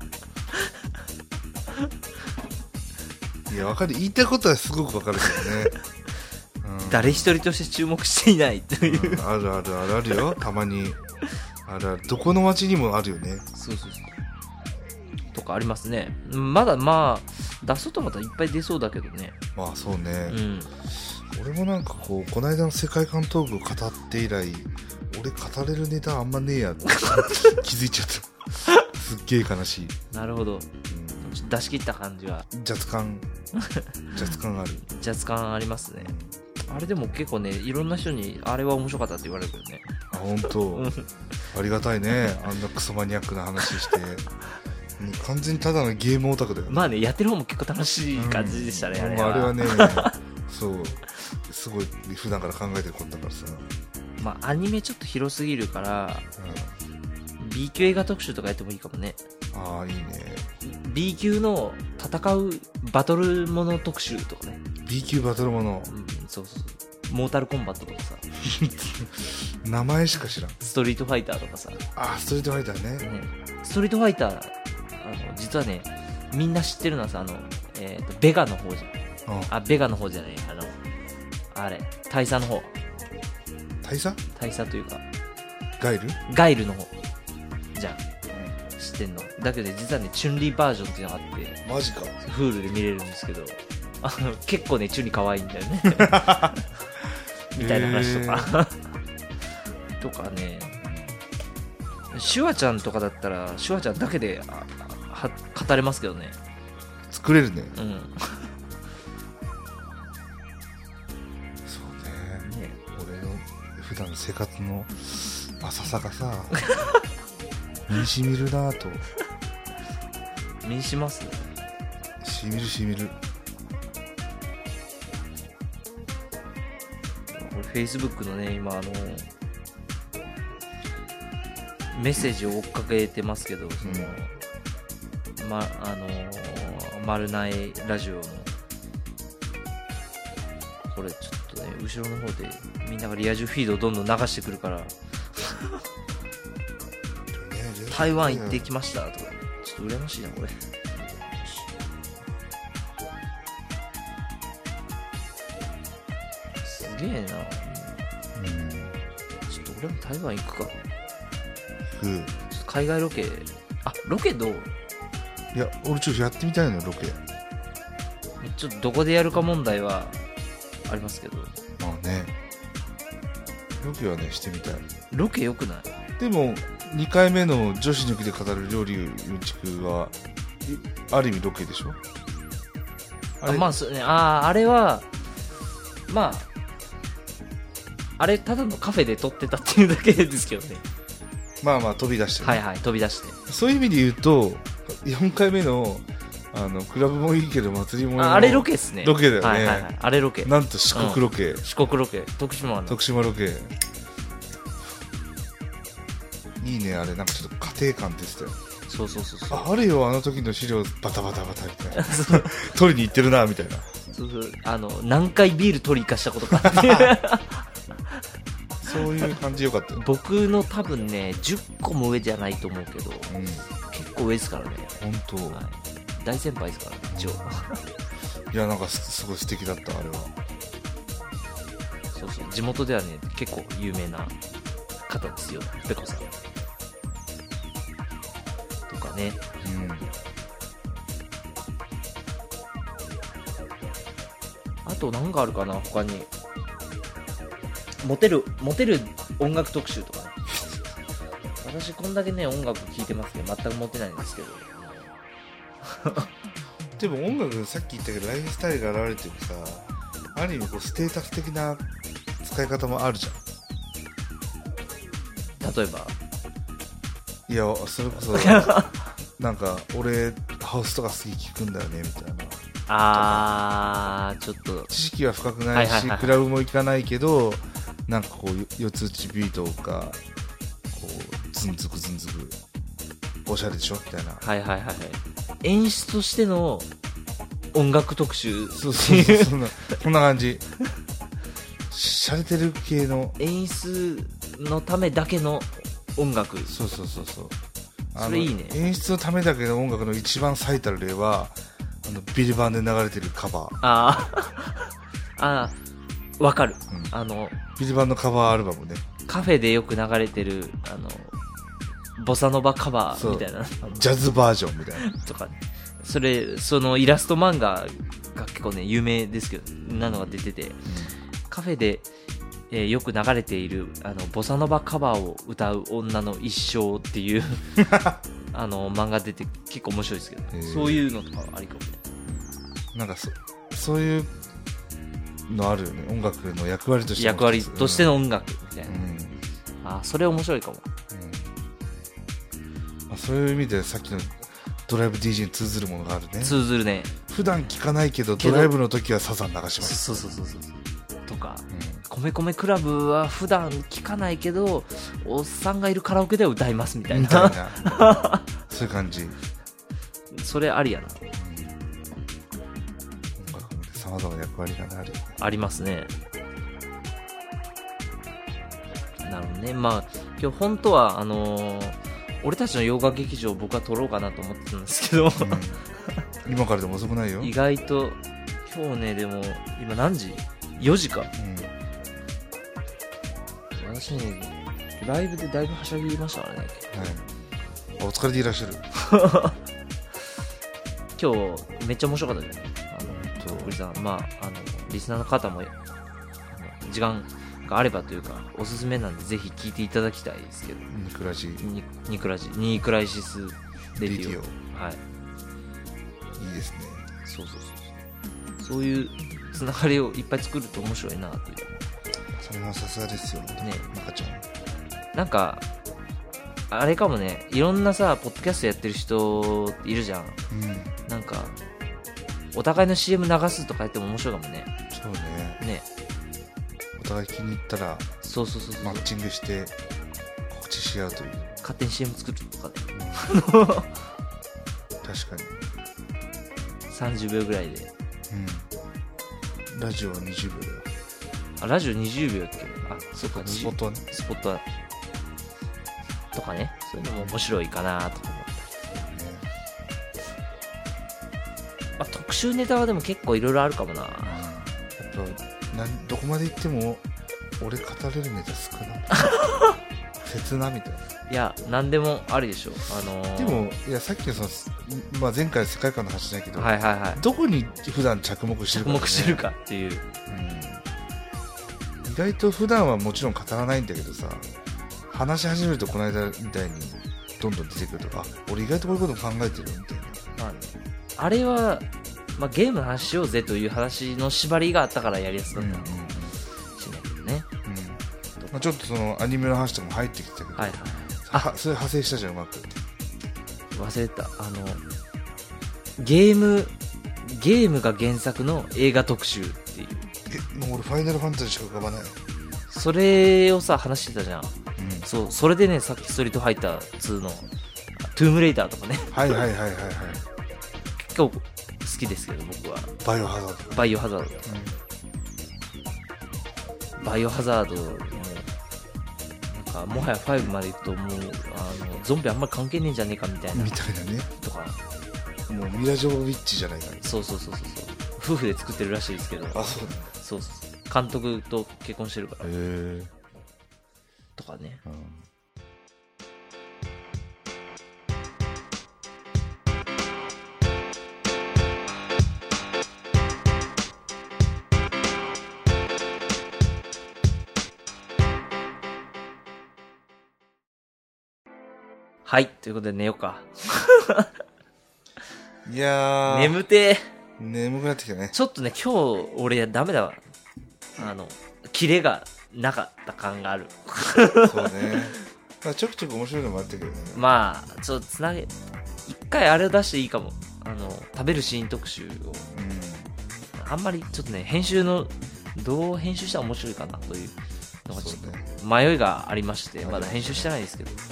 いや、わかる、言いたいことはすごくわかるけどね。 誰一人として注目していないという、 あるよ、たまにあるどこの街にもあるよね。 そうとかありますね。まだまあ出そうとまたいっぱい出そうだけどね。 まあそうね、俺もなんかこの間の世界観トークを語って以来、俺語れるネタあんまねえやって気づいちゃった。すっげえ悲しい。 なるほど、ちょっと出し切った感じは雑感ある。 雑感ありますね。あれでも結構ね、いろんな人にあれは面白かったって言われるけどね。 あ、本当。ありがたいね。あんなクソマニアックな話して。完全にただのゲームオタクだよね。 まあね、やってる方も結構楽しい感じでしたね、あれはね。そうすごい普段から考えてることだからさ。 まあアニメちょっと広すぎるから、B 級映画特集とかやってもいいかもね。 ああ、いいね。 B 級の戦うバトルもの特集とかね。 B 級バトルもの、 そうモータルコンバットとかさ。 名前しか知らん。 ストリートファイターとかさ。 ストリートファイターね。 ストリートファイター実はね、みんな知ってるのはさ、ベガの方じゃん。ベガの方じゃない、あれ大佐の方。大佐というかガイルの方じゃん、知ってんの。だけど実はね、チュンリーバージョンっていうのがあって、 マジか。 Hulu で見れるんですけど、結構ね、チュンリー可愛いんだよね。みたいな話とか。とかね、シュワちゃんとかだったらシュワちゃんだけで語れますけどね。 作れるね。 そうね。 俺の普段の生活の浅さがさ身にしみるなぁと。 身にします。 しみる。 俺 Facebook のね、今メッセージを追っかけてますけど、丸内ラジオのこれちょっとね、後ろの方でみんながリア充フィードをどんどん流してくるから台湾行ってきましたとか、ちょっと羨ましいなこれ。すげえな。ちょっと俺も台湾行くか。ちょっと海外ロケ。ロケどう？ いや、俺ちょっとやってみたいのよ、ロケ。 ちょっとどこでやるか問題はありますけど。 まあね。 ロケはねしてみたい。 ロケよくない？ でも2回目の女子抜きで語る料理うんちくはある意味ロケでしょ。 まあそうね、あれはまああれただのカフェで撮ってたっていうだけですけどね。 まあまあ飛び出して、ね、 はいはい、飛び出して。 そういう意味で言うと4回目のクラブもいいけど祭りもいいのあれロケですね。 ロケだよね、 はいはいはい、あれロケ。 なんと四国ロケ、 四国ロケ、徳島ロケいいね。あれなんかちょっと家庭感出てたよ。 そうあるよ、あの時の資料バタバタみたいな取りに行ってるなみたいな。 そう何回ビール取り行かしたことかってそういう感じよかったよ。 僕の多分ね10個も上じゃないと思うけど、結構上ですからね。 本当、 はい、大先輩ですからね一応いやなんかすごい素敵だった。あれはそう地元ではね結構有名な方ですよ、ペコさんとかね。あと何があるかな他に。モテる音楽特集とかね。私こんだけね音楽聴いてますけど全くモテないんですけどでも音楽さっき言ったけどライフスタイルが現れてるさ、ある意味こうステータス的な使い方もあるじゃん。 例えばいやそれこそなんか俺ハウスとか好き聞くんだよねみたいな。 ちょっと知識は深くないし、クラブも行かないけどなんかこう四つ打ちビートがこうズンズクおしゃれでしょみたいな。 はい演出としての音楽特集。 そうそんな感じ。洒落てる系の演出のためだけの音楽。 そうそれいいね。 演出のためだけの音楽の一番最たる例はビルバンで流れてるカバー。わかる、 ビルバンのカバーアルバムね。 カフェでよく流れてるボサノバカバーみたいな、 ジャズバージョンみたいなとかね。そのイラスト漫画が結構ね有名ですけどなのが出てて、カフェで、よく流れているボサノバカバーを歌う女の一生っていう漫画出て結構面白いですけど、そういうのとかありかもね。 なんかそういうのあるよね。音楽の役割としての音楽みたいな、それ面白いかも、 そういう意味でさっきのドライブ DJ に通ずるものがあるね。 通ずるね。 普段聞かないけどドライブの時はサザン流します。 そうとか、米米クラブは普段聞かないけどおっさんがいるカラオケでは歌いますみたいなそういう感じ。 それありやな。 音楽で様々な役割がありますね。なるほどね。まあ今日本当は俺たちの洋画劇場を僕は撮ろうかなと思ってたんですけど、 今からでも遅くないよ。 意外と今日ね、でも今何時 ?4 時か、私ねライブでだいぶはしゃぎましたからね、 お疲れでいらっしゃる今日めっちゃ面白かったですね。堀さん、リスナーの方も時間があればというかおすすめなんでぜひ聞いていただきたいですけど、ニクライシスレディオ、はい、いいですね。 そういうつながりをいっぱい作ると面白いなという。 それはさすがですよね、中ちゃん。 なんかあれかもね、いろんなさポッドキャストやってる人いるじゃん、なんかお互いの CM 流すとかやっても面白いかもね。 そうね。お互い気に入ったらそうマッチングして告知し合うという。 勝手に CM 作るとかね、 確かに 30秒ぐらいで、 ラジオは20秒だよ。 ラジオ20秒だっけ。そうか、 スポットはね。 スポットはとかね、そういうのも面白いかなと思ったり、特集ネタはでも結構いろいろあるかもな。 どこまで行っても俺語れるネタ少ない切なみたいな。 いや何でもありでしょ。 でもいやさっきの前回世界観の話じゃないけど、どこに普段着目してるか、 っていう、 意外と普段はもちろん語らないんだけどさ、話し始めるとこの間みたいにどんどん出てくると、あ、俺意外とこういうこと考えてるみたいな。 まあね、あれは、まあ、ゲームの話しようぜという話の縛りがあったからやりやすかったのかもしれないけどね。 まあ、ちょっとそのアニメの話とかも入ってきたけど、 はいはい。 それ派生したじゃん、うまく。 忘れた。ゲームが原作の映画特集っていう。 もう俺ファイナルファンタジーしか浮かばない。 それをさ、話してたじゃん。そう、それでね、さっきストリートファイター2のトゥームレイダーとかね。 はいはいはいはいはい。 結構好きですけど、僕は。 バイオハザード。 バイオハザード。バイオハザードも、なんか、もはや5まで行くと、もう、ゾンビあんまり関係ねえんじゃねえかみたいな。 みたいなね。 とか。 もうミラ・ジョービッチじゃないか。 そう。夫婦で作ってるらしいですけど。 あ、そうだ。 そう。監督と結婚してるから。 へえ。 とかね。はい、ということで寝ようか。 いやー。 眠てー。眠くなってきたね。 ちょっとね、今日、俺ダメだわ。キレがなかった感がある。 そうね。まあ、ちょくちょく面白いのもあったけどね。 まあ、ちょっと一回あれを出していいかも。食べるシーン特集を。あんまりちょっとね、どう編集したら面白いかなというのがちょっと迷いがありまして、まだ編集してないですけど。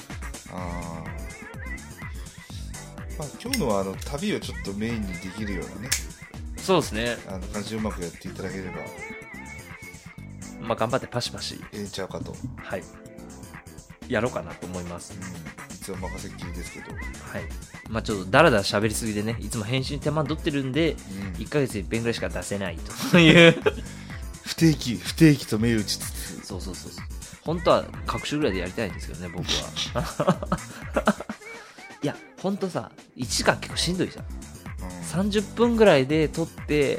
まあ、今日のは旅をちょっとメインにできるようなね。 そうですね。 感じうまくやっていただければ。 まあ、頑張ってパシパシ。 ちゃうかと。 はい。やろうかなと思います。 いつも任せっきりですけど。 はい。まあ、ちょっとだらだら喋りすぎでね、いつも編集に手間取ってるんで、1ヶ月に1遍ぐらいしか出せないという。 不定期と銘打ちつつ。 そう。本当は各種ぐらいでやりたいんですけどね、僕は。いや、本当さ、1時間結構しんどいじゃん。30分ぐらいで撮って、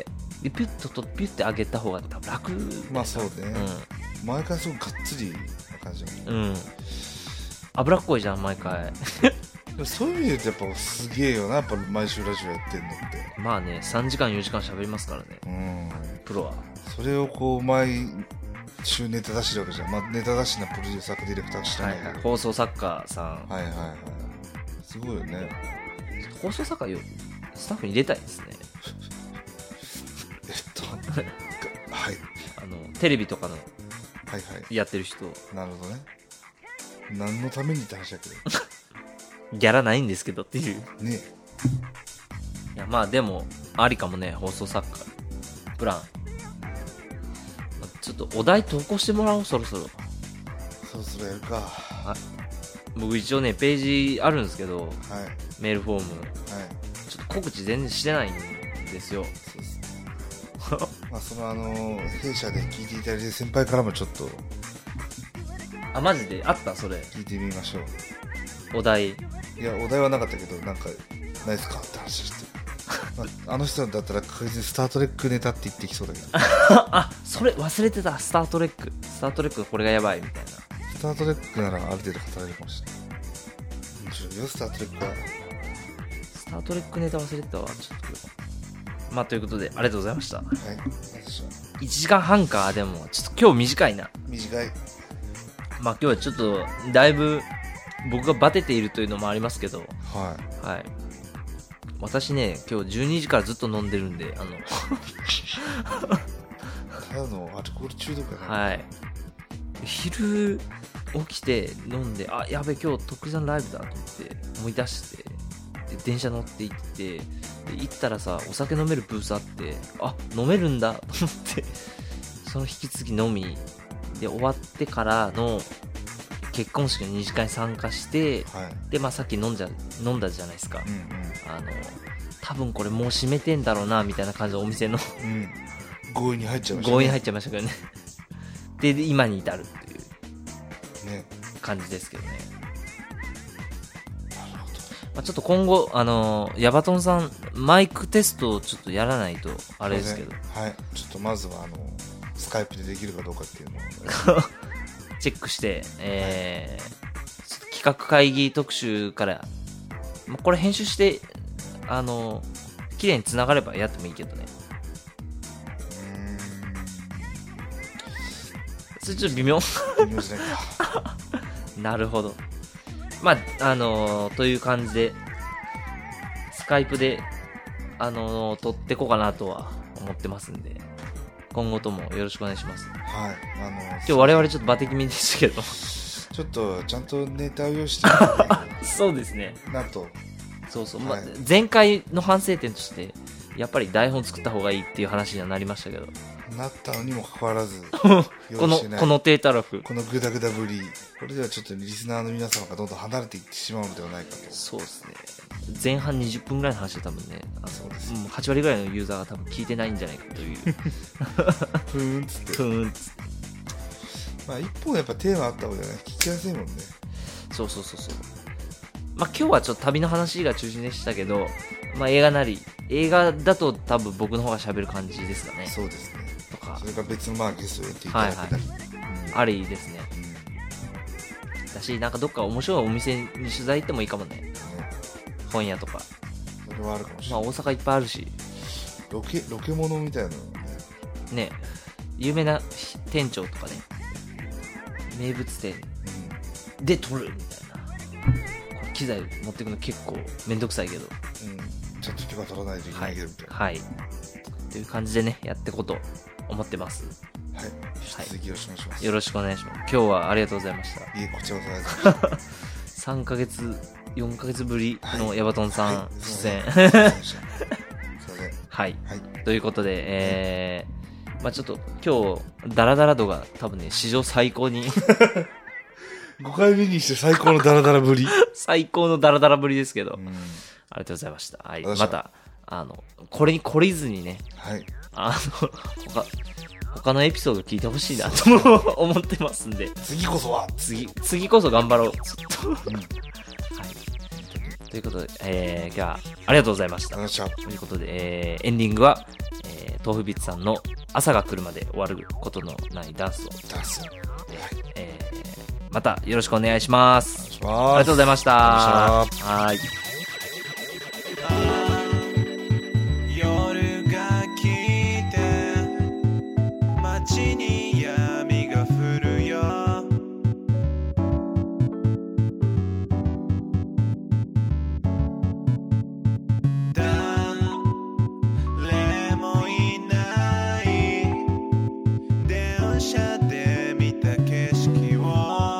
でピュッて上げた方が多分楽。 まあそうね。毎回すごくがっつりな感じだもん。 脂っこいじゃん、毎回。 そういう意味で言うとやっぱすげえよな、やっぱ毎週ラジオやってんのって。 まあね、3時間4時間喋りますからね。プロは。 それをこう毎週ネタ出してるわけじゃん。まあネタ出しなプロデューサーかディレクター知らないけど。 放送作家さん。 はい。すごいよね。 放送作家スタッフに入れたいですね。 はい。 テレビとかのやってる人。 なるほどね。何のためにって話だけど。 ギャラないんですけどっていう。 ね。 いや、まあでも、ありかもね、放送作家。プラン。ちょっとお題投稿してもらおう、そろそろ。 そろそろやるか。 僕一応ね、ページあるんですけど、メールフォーム。ちょっと告知全然してないんですよ。 そうですね。まあその弊社で聞いていただいてる先輩からもちょっと。 マジであったそれ。 聞いてみましょう。 お題。 いや、お題はなかったけど、なんか、ないですかって話して。あの人だったら確実にスタートレックネタって言ってきそうだけど。 それ忘れてた。スタートレックこれがやばいみたいな。 スタートレックならある程度語れるかもしれない。面白いよ、スタートレックは。 スタートレックネタ忘れてたわ。ちょっと。まあ、ということで、ありがとうございました。はい。1時間半か。でも、ちょっと今日短いな。 短い。 まあ、今日はちょっと、だいぶ、僕がバテているというのもありますけど。 はい。 私ね、今日12時からずっと飲んでるんで、 ただのアルコール中毒だね。 はい。昼起きて飲んで、やべ、今日とっくりさんライブだと思って思い出して、で電車乗って行って、で行ったらさ、お酒飲めるブースあって、飲めるんだと思って、その引き継ぎ飲みで終わってからの結婚式の二次会に参加して、で、まあさっき飲んだじゃないですか。多分これもう閉めてんだろうなみたいな感じのお店の、 強引に入っちゃいましたね。 強引に入っちゃいましたけどね。で今に至るっていう感じですけどね。 なるほど。 まあ、ちょっと今後ヤバトンさんマイクテストをちょっとやらないとあれですけど。 はい。ちょっとまずはスカイプでできるかどうかっていうのをチェックして、企画会議特集から、これ編集して綺麗に繋がればやってもいいけどね。それちょっと微妙微妙じゃないかなるほど。まあという感じでスカイプで撮ってこうかなとは思ってますんで、今後ともよろしくお願いします。 はい。 今日我々ちょっとバテ気味でしたけどちょっとちゃんとネタを用意してそうですね。 なんとそうそう、 はい前回の反省点としてやっぱり台本作った方がいいっていう話にはなりましたけどなったのにもかかわらずこ用意してないの低たらく、 このグダグダぶり、これではちょっとリスナーの皆様がどんどん離れていってしまうのではないかと。 そうですね。前半20分ぐらいの話で多分ね、 そうですもう8割ぐらいのユーザーが多分聞いてないんじゃないかというふーんっつってふーんっつってまあ一本やっぱテーマあった方がね聞きやすいもんね。 そう今日はちょっと旅の話が中心でしたけど、映画だと多分僕の方が喋る感じですかね。 そうですね。 とかそれから別のゲストをやっていただけたり、 ありですね。だし、なんかどっか面白いお店に取材行ってもいいかもね。 ね、 本屋とか。 それはあるかもしれない。 大阪いっぱいあるし。 ロケモノみたいなのね。 ね、有名な店長とかね、名物店で撮るみたいな。これ機材持ってくの結構めんどくさいけど。 ちゃんと許可取らないといけないけどみたいな。 はい。という感じでね、やっていこうと思ってます。 はい。引き続きよろしくお願いします。 よろしくお願いします。今日はありがとうございました。 いえ、こちらこそありがとうございました 3ヶ月、4ヶ月ぶりのヤバトンさん出演。 すいません。 はい。 はい。 ということで、ちょっと今日、ダラダラ度が多分ね、史上最高に 5回目にして最高のダラダラぶり。 最高のダラダラぶりですけど、 うん、 ありがとうございました。はい。 ありがとうございまた、これに懲りずにね、 はい。 他のエピソード聞いてほしいなと思ってますんで、 次こそは次こそ頑張ろう。ちょっと。 うん。 はい。ということで、今日はありがとうございました。 ありがとうございました。 ということで、エンディングは、豆腐ビッツさんの朝が来るまで終わることのないダンスを、 ダンス。 またよろしくお願いします。 お願いします。 ありがとうございました。 ありがとうございました。 はい。 夜が来て街に闇が降るよ誰もいない電車で見た景色を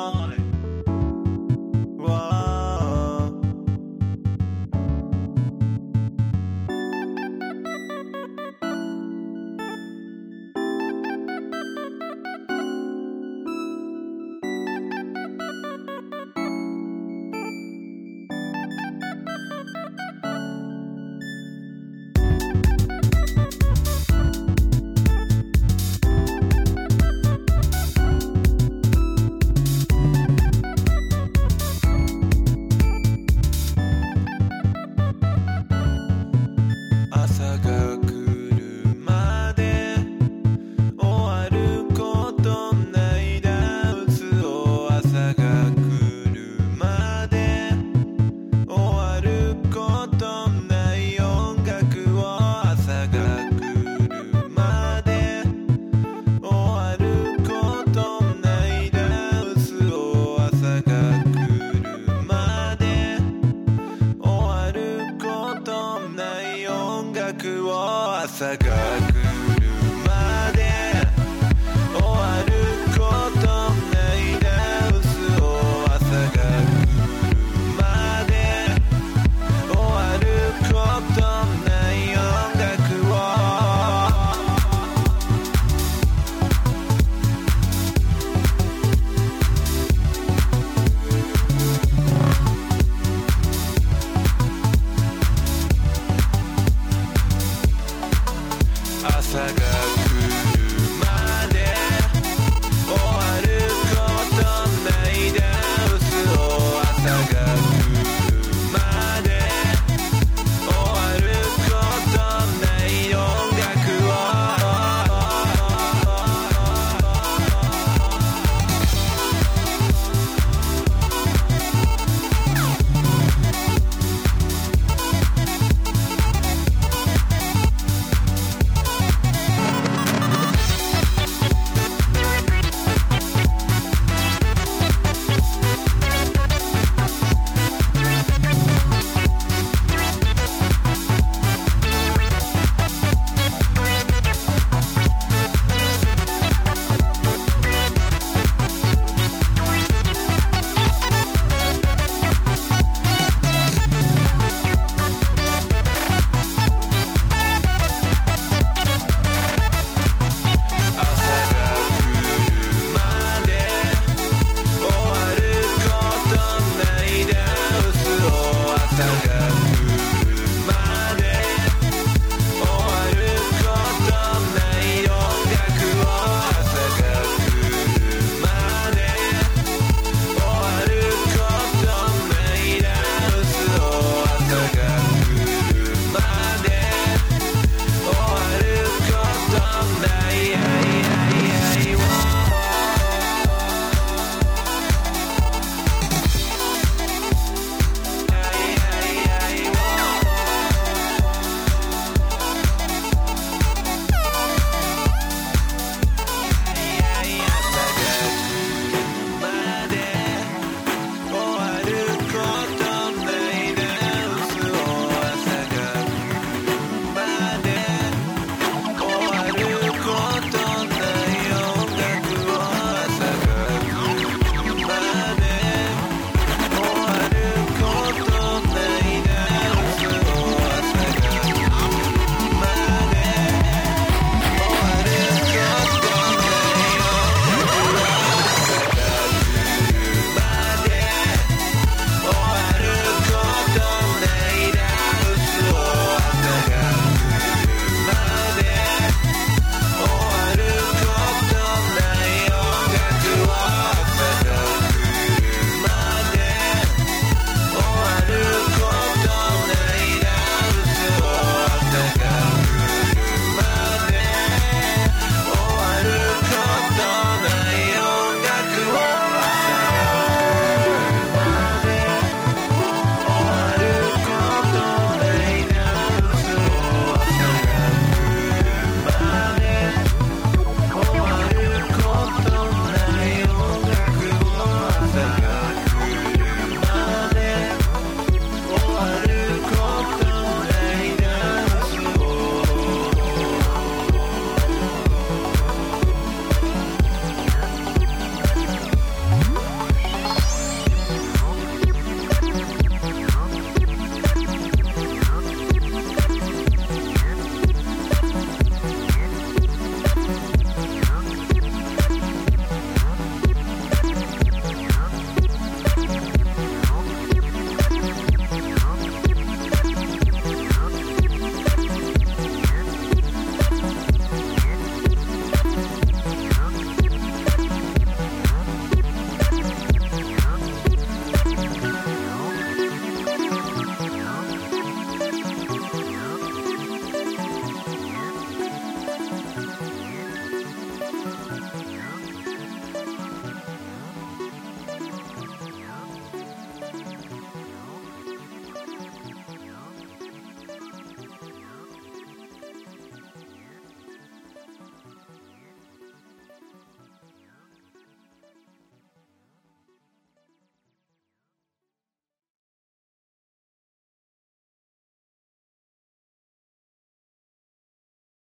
朝が来るまで終わることないダンスを朝が来るまで終わることない音楽を朝が来るまで終わることないダンスを朝が来るまで終わることない音楽を朝が来る